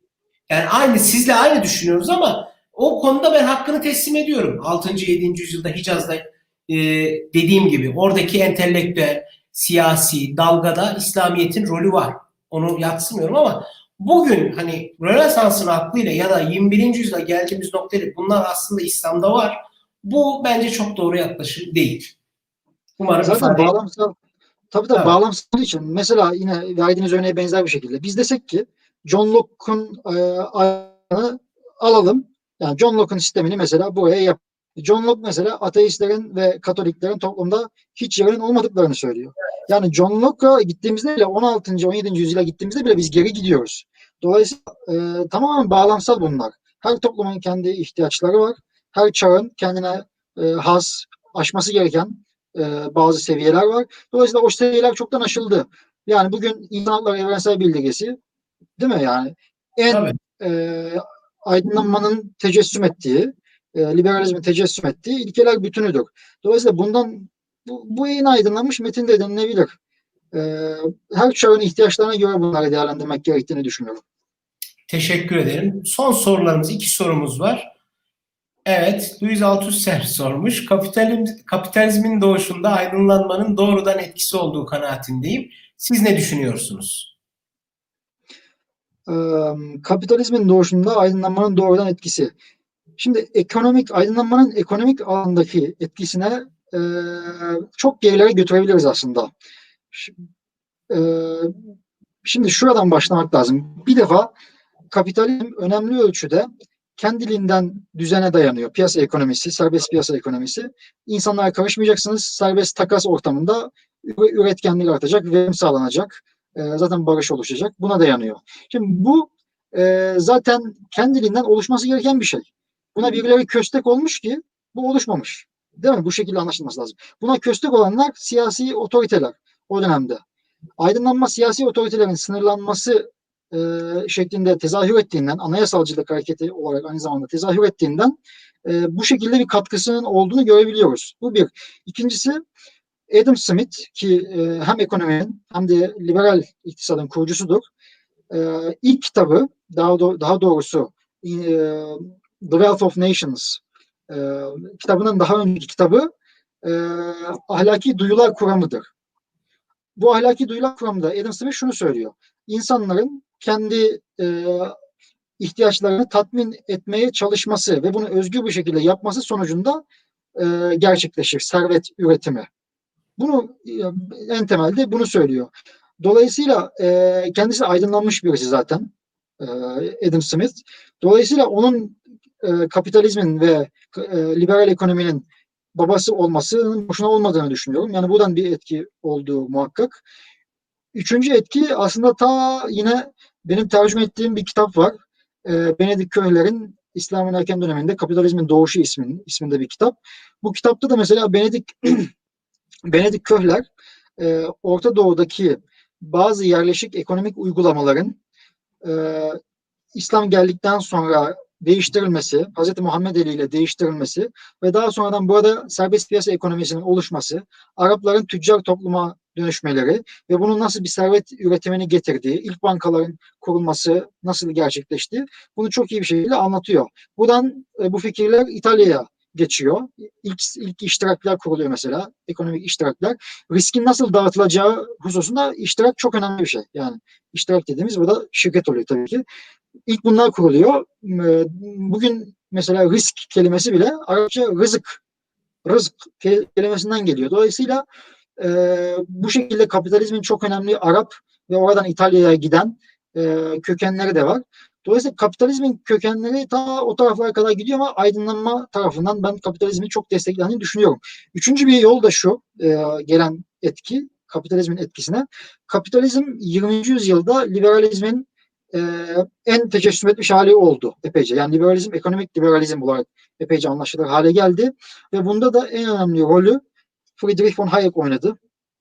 Yani aynı, sizle aynı düşünüyoruz ama o konuda ben hakkını teslim ediyorum. altıncı. yedinci yüzyılda Hicaz'da e, dediğim gibi oradaki entelektüel, siyasi dalgada İslamiyet'in rolü var. Onu yadsımıyorum ama bugün hani Rönesans'ın aklıyla ya da yirmi birinci yüzyıla geldiğimiz noktada bunlar aslında İslam'da var. Bu bence çok doğru yaklaşım değil. Umarım zaten ifade bağlamsal tabii tabii evet. bağlamsal olduğu için mesela yine verdiğiniz örneğe benzer bir şekilde biz desek ki John Locke'un e, ayağını alalım. Yani John Locke'un sistemini mesela buraya yap. John Locke mesela ateistlerin ve Katoliklerin toplumda hiç yerinin olmadıklarını söylüyor. Yani John Locke'a gittiğimizde bile on altıncı. on yedinci yüzyıla gittiğimizde bile biz geri gidiyoruz. Dolayısıyla e, tamamen bağlamsal bunlar. Her toplumun kendi ihtiyaçları var. Her çağın kendine e, has, aşması gereken e, bazı seviyeler var. Dolayısıyla o seviyeler çoktan aşıldı. Yani bugün İnsan Hakları Evrensel Bildirgesi, değil mi? Yani Tabii. en e, aydınlanmanın tecessüm ettiği, e, liberalizmin tecessüm ettiği ilkeler bütünüdür. Dolayısıyla bundan bu, bu yeni aydınlanmış metin de denilebilir. E, Her çağın ihtiyaçlarına göre bunları değerlendirmek gerektiğini düşünüyorum. Teşekkür ederim. Son sorularımız, iki sorumuz var. Evet, Louis Althusser sormuş. Kapitalizm, kapitalizmin doğuşunda aydınlanmanın doğrudan etkisi olduğu kanaatindeyim. Siz ne düşünüyorsunuz? E, Kapitalizmin doğuşunda aydınlanmanın doğrudan etkisi. Şimdi ekonomik aydınlanmanın ekonomik alandaki etkisine e, çok gerilere götürebiliriz aslında. E, Şimdi şuradan başlamak lazım. Bir defa kapitalizm önemli ölçüde kendiliğinden düzene dayanıyor. Piyasa ekonomisi, serbest piyasa ekonomisi. İnsanlara karışmayacaksınız. Serbest takas ortamında üretkenlik artacak, verim sağlanacak. E, zaten barış oluşacak. Buna dayanıyor. Şimdi bu e, zaten kendiliğinden oluşması gereken bir şey. Buna birileri köstek olmuş ki bu oluşmamış. Değil mi? Bu şekilde anlaşılması lazım. Buna köstek olanlar siyasi otoriteler o dönemde. Aydınlanma siyasi otoritelerin sınırlanması e, şeklinde tezahür ettiğinden, anayasalcılık hareketi olarak aynı zamanda tezahür ettiğinden e, bu şekilde bir katkısının olduğunu görebiliyoruz. Bu bir. İkincisi Adam Smith ki e, hem ekonominin hem de liberal iktisadın kurucusudur. E, ilk kitabı, daha, do- daha doğrusu e, The Wealth of Nations e, kitabının daha önceki kitabı e, Ahlaki Duyular Kuramı'dır. Bu ahlaki duyular kuramında Adam Smith şunu söylüyor. İnsanların kendi e, ihtiyaçlarını tatmin etmeye çalışması ve bunu özgür bir şekilde yapması sonucunda e, gerçekleşir servet üretimi. Bunu e, en temelde bunu söylüyor. Dolayısıyla e, kendisi aydınlanmış birisi zaten e, Adam Smith. Dolayısıyla onun e, kapitalizmin ve e, liberal ekonominin babası olmasının boşuna olmadığını düşünüyorum. Yani buradan bir etki olduğu muhakkak. Üçüncü etki aslında ta yine benim tercüme ettiğim bir kitap var. E, Benedict Köhler'in İslam'ın erken döneminde Kapitalizmin Doğuşu ismin, isminde bir kitap. Bu kitapta da mesela Benedict, Benedict Köhler e, Orta Doğu'daki bazı yerleşik ekonomik uygulamaların e, İslam geldikten sonra değiştirilmesi, Hazreti Muhammed Ali ile değiştirilmesi ve daha sonradan burada serbest piyasa ekonomisinin oluşması, Arapların tüccar topluma dönüşmeleri ve bunun nasıl bir servet üretimini getirdiği, ilk bankaların kurulması nasıl gerçekleşti, bunu çok iyi bir şekilde anlatıyor. Buradan e, bu fikirler İtalya'ya geçiyor. İlk, ilk iştirakler kuruluyor mesela, ekonomik iştirakler. Riskin nasıl dağıtılacağı hususunda iştirak çok önemli bir şey. Yani iştirak dediğimiz burada şirket oluyor tabii ki. İlk bunlar kuruluyor. Ee, Bugün mesela risk kelimesi bile Arapça rızık, rızık kelimesinden geliyor. Dolayısıyla e, bu şekilde kapitalizmin çok önemli Arap ve oradan İtalya'ya giden e, kökenleri de var. Dolayısıyla kapitalizmin kökenleri ta o taraflara kadar gidiyor ama aydınlanma tarafından ben kapitalizmin çok desteklendiğini düşünüyorum. Üçüncü bir yol da şu e, gelen etki, kapitalizmin etkisine. Kapitalizm yirminci yüzyılda liberalizmin e, en tecessüm etmiş hali oldu epeyce. Yani liberalizm, ekonomik liberalizm olarak epeyce anlaşılır hale geldi. Ve bunda da en önemli rolü Friedrich von Hayek oynadı.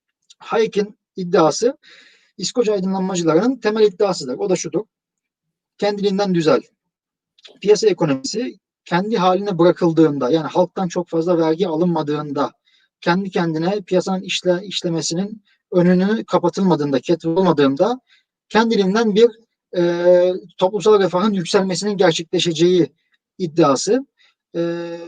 Hayek'in iddiası İskoç aydınlanmacılarının temel iddiasıdır. O da şudur. Kendiliğinden düzel. Piyasa ekonomisi kendi haline bırakıldığında yani halktan çok fazla vergi alınmadığında kendi kendine piyasanın işle, işlemesinin önünü kapatılmadığında, ketrolmadığında kendiliğinden bir e, toplumsal refahın yükselmesinin gerçekleşeceği iddiası. E,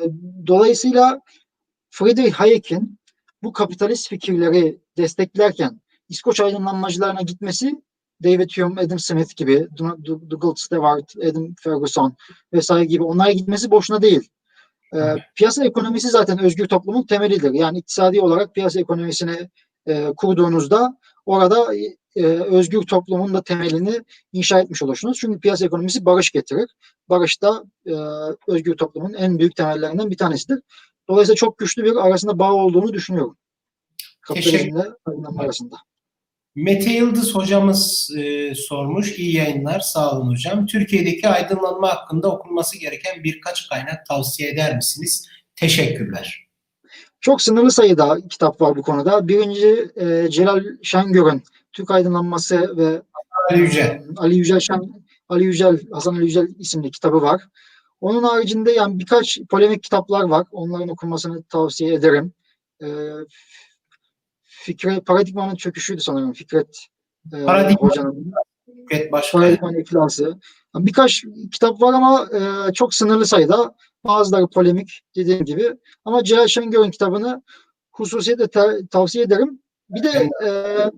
Dolayısıyla Friedrich Hayek'in bu kapitalist fikirleri desteklerken İskoç aydınlanmacılarına gitmesi David Hume, Adam Smith gibi, Douglas Stewart, Adam Ferguson vesaire gibi onlara gitmesi boşuna değil. E, piyasa ekonomisi zaten özgür toplumun temelidir. Yani iktisadi olarak piyasa ekonomisini e, kurduğunuzda orada e, özgür toplumun da temelini inşa etmiş olursunuz. Çünkü piyasa ekonomisi barış getirir. Barış da e, özgür toplumun en büyük temellerinden bir tanesidir. Dolayısıyla çok güçlü bir arasında bağ olduğunu düşünüyorum. Teşekkür Kapitalizmle aydınlanma arasında. Mete Yıldız hocamız e, sormuş. İyi yayınlar. Sağ olun hocam. Türkiye'deki aydınlanma hakkında okunması gereken birkaç kaynak tavsiye eder misiniz? Teşekkürler. Çok sınırlı sayıda kitap var bu konuda. Birinci e, Celal Şengör'ün Türk Aydınlanması ve Ali e, Yüce. Ali Yücel Şen, Ali Yücel, Hasan Ali Yücel isimli kitabı var. Onun haricinde yani birkaç polemik kitaplar var. Onların okunmasını tavsiye ederim. E, Fikret, Paradigmanın Çöküşü'ydü sanırım Fikret e, Paradigma hocanın. Fikret Başkaya. Paradigmanın İflası. Birkaç kitap var ama e, çok sınırlı sayıda. Bazıları polemik dediğim gibi. Ama Celal Şengör'ün kitabını hususiyetle te- tavsiye ederim. Bir de e,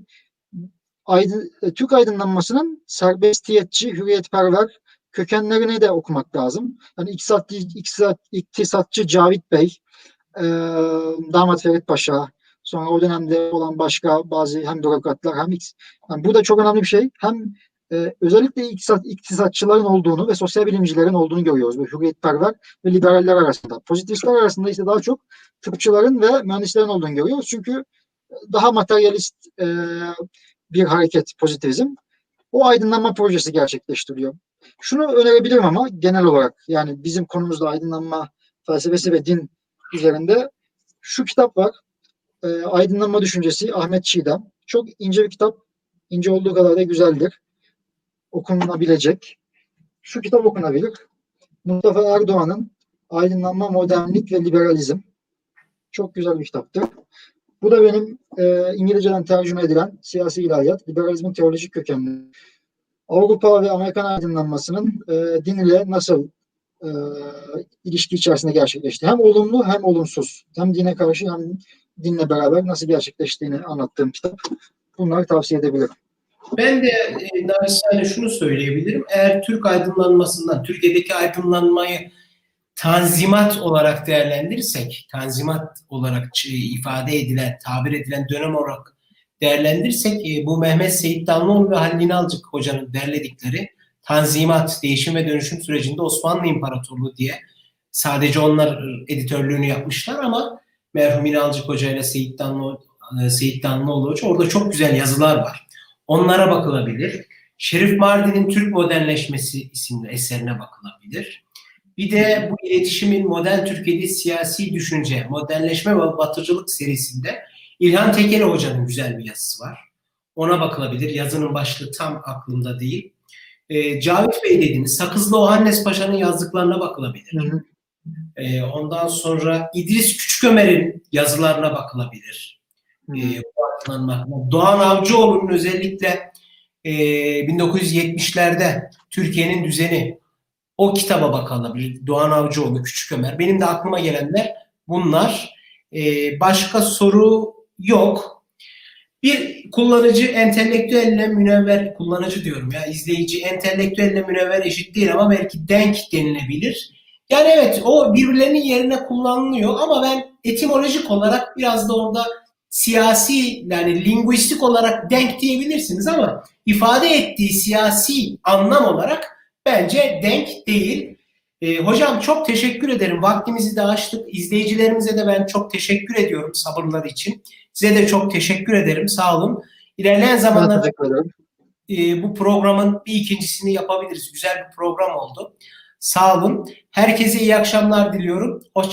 aydın, e, Türk aydınlanmasının serbestiyetçi, hürriyetperver kökenlerini de okumak lazım. Yani iktisatçı, iktisat, iktisatçı Cavit Bey, e, Damat Ferit Paşa, sonra o dönemde olan başka bazı hem bürokratlar hem yani bu da çok önemli bir şey. Hem e, özellikle iktisat, iktisatçıların olduğunu ve sosyal bilimcilerin olduğunu görüyoruz. Böyle hürriyetperver ve liberaller arasında. Pozitivistler arasında ise daha çok tıpçıların ve mühendislerin olduğunu görüyoruz. Çünkü daha materyalist e, bir hareket pozitivizm. O aydınlanma projesi gerçekleştiriyor. Şunu önerebilirim ama genel olarak yani bizim konumuzda aydınlanma felsefesi ve din üzerinde şu kitap var. E, Aydınlanma Düşüncesi Ahmet Çiğdem. Çok ince bir kitap. İnce olduğu kadar da güzeldir. Okunabilecek. Şu kitap okunabilir. Mustafa Erdoğan'ın Aydınlanma, Modernlik ve Liberalizm. Çok güzel bir kitaptır. Bu da benim e, İngilizceden tercüme edilen Siyasi İlahiyat, Liberalizmin Teolojik Kökenleri. Avrupa ve Amerikan aydınlanmasının e, din ile nasıl e, ilişki içerisinde gerçekleşti. Hem olumlu hem olumsuz. Hem dine karşı hem dinle beraber nasıl gerçekleştiğini anlattığım kitap. Bunları tavsiye edebilirim. Ben de e, naçizane şunu söyleyebilirim. Eğer Türk aydınlanmasından, Türkiye'deki aydınlanmayı tanzimat olarak değerlendirirsek, tanzimat olarak e, ifade edilen, tabir edilen dönem olarak değerlendirirsek, e, bu Mehmet Seyit Damlıoğlu ve Halil İnalcık hocanın derledikleri Tanzimat, Değişim ve Dönüşüm Sürecinde Osmanlı İmparatorluğu diye sadece onlar editörlüğünü yapmışlar ama merhum İnalcık Hoca ile Seyit Damlıoğlu, Seyit Damlıoğlu Hoca orada çok güzel yazılar var. Onlara bakılabilir. Şerif Mardin'in Türk Modernleşmesi isimli eserine bakılabilir. Bir de bu iletişimin modern Türkiye'de siyasi düşünce, modernleşme ve batıcılık serisinde İlhan Tekeli Hoca'nın güzel bir yazısı var. Ona bakılabilir. Yazının başlığı tam aklımda değil. Ee, Cavit Bey dediniz. Sakızlı Ohannes Paşa'nın yazdıklarına bakılabilir. Hı hı. Ee, ondan sonra İdris Küçükömer'in yazılarına bakılabilir. Ee, Doğan Avcıoğlu'nun özellikle e, bin dokuz yüz yetmişlerde Türkiye'nin düzeni, o kitaba bakılabilir. Doğan Avcıoğlu, Küçük Ömer. Benim de aklıma gelenler bunlar. Ee, başka soru yok. Bir kullanıcı entelektüelle münevver, kullanıcı diyorum ya, izleyici entelektüelle münevver eşit değil ama belki denk denilebilir. Yani evet, o birbirlerinin yerine kullanılıyor ama ben etimolojik olarak biraz da orada siyasi, yani linguistik olarak denk diyebilirsiniz ama ifade ettiği siyasi anlam olarak bence denk değil. Ee, hocam çok teşekkür ederim. Vaktimizi de aştık. İzleyicilerimize de ben çok teşekkür ediyorum sabırları için. Size de çok teşekkür ederim. Sağ olun. İlerleyen zamanlarda e, bu programın bir ikincisini yapabiliriz. Güzel bir program oldu. Sağ olun. Herkese iyi akşamlar diliyorum. Hoşça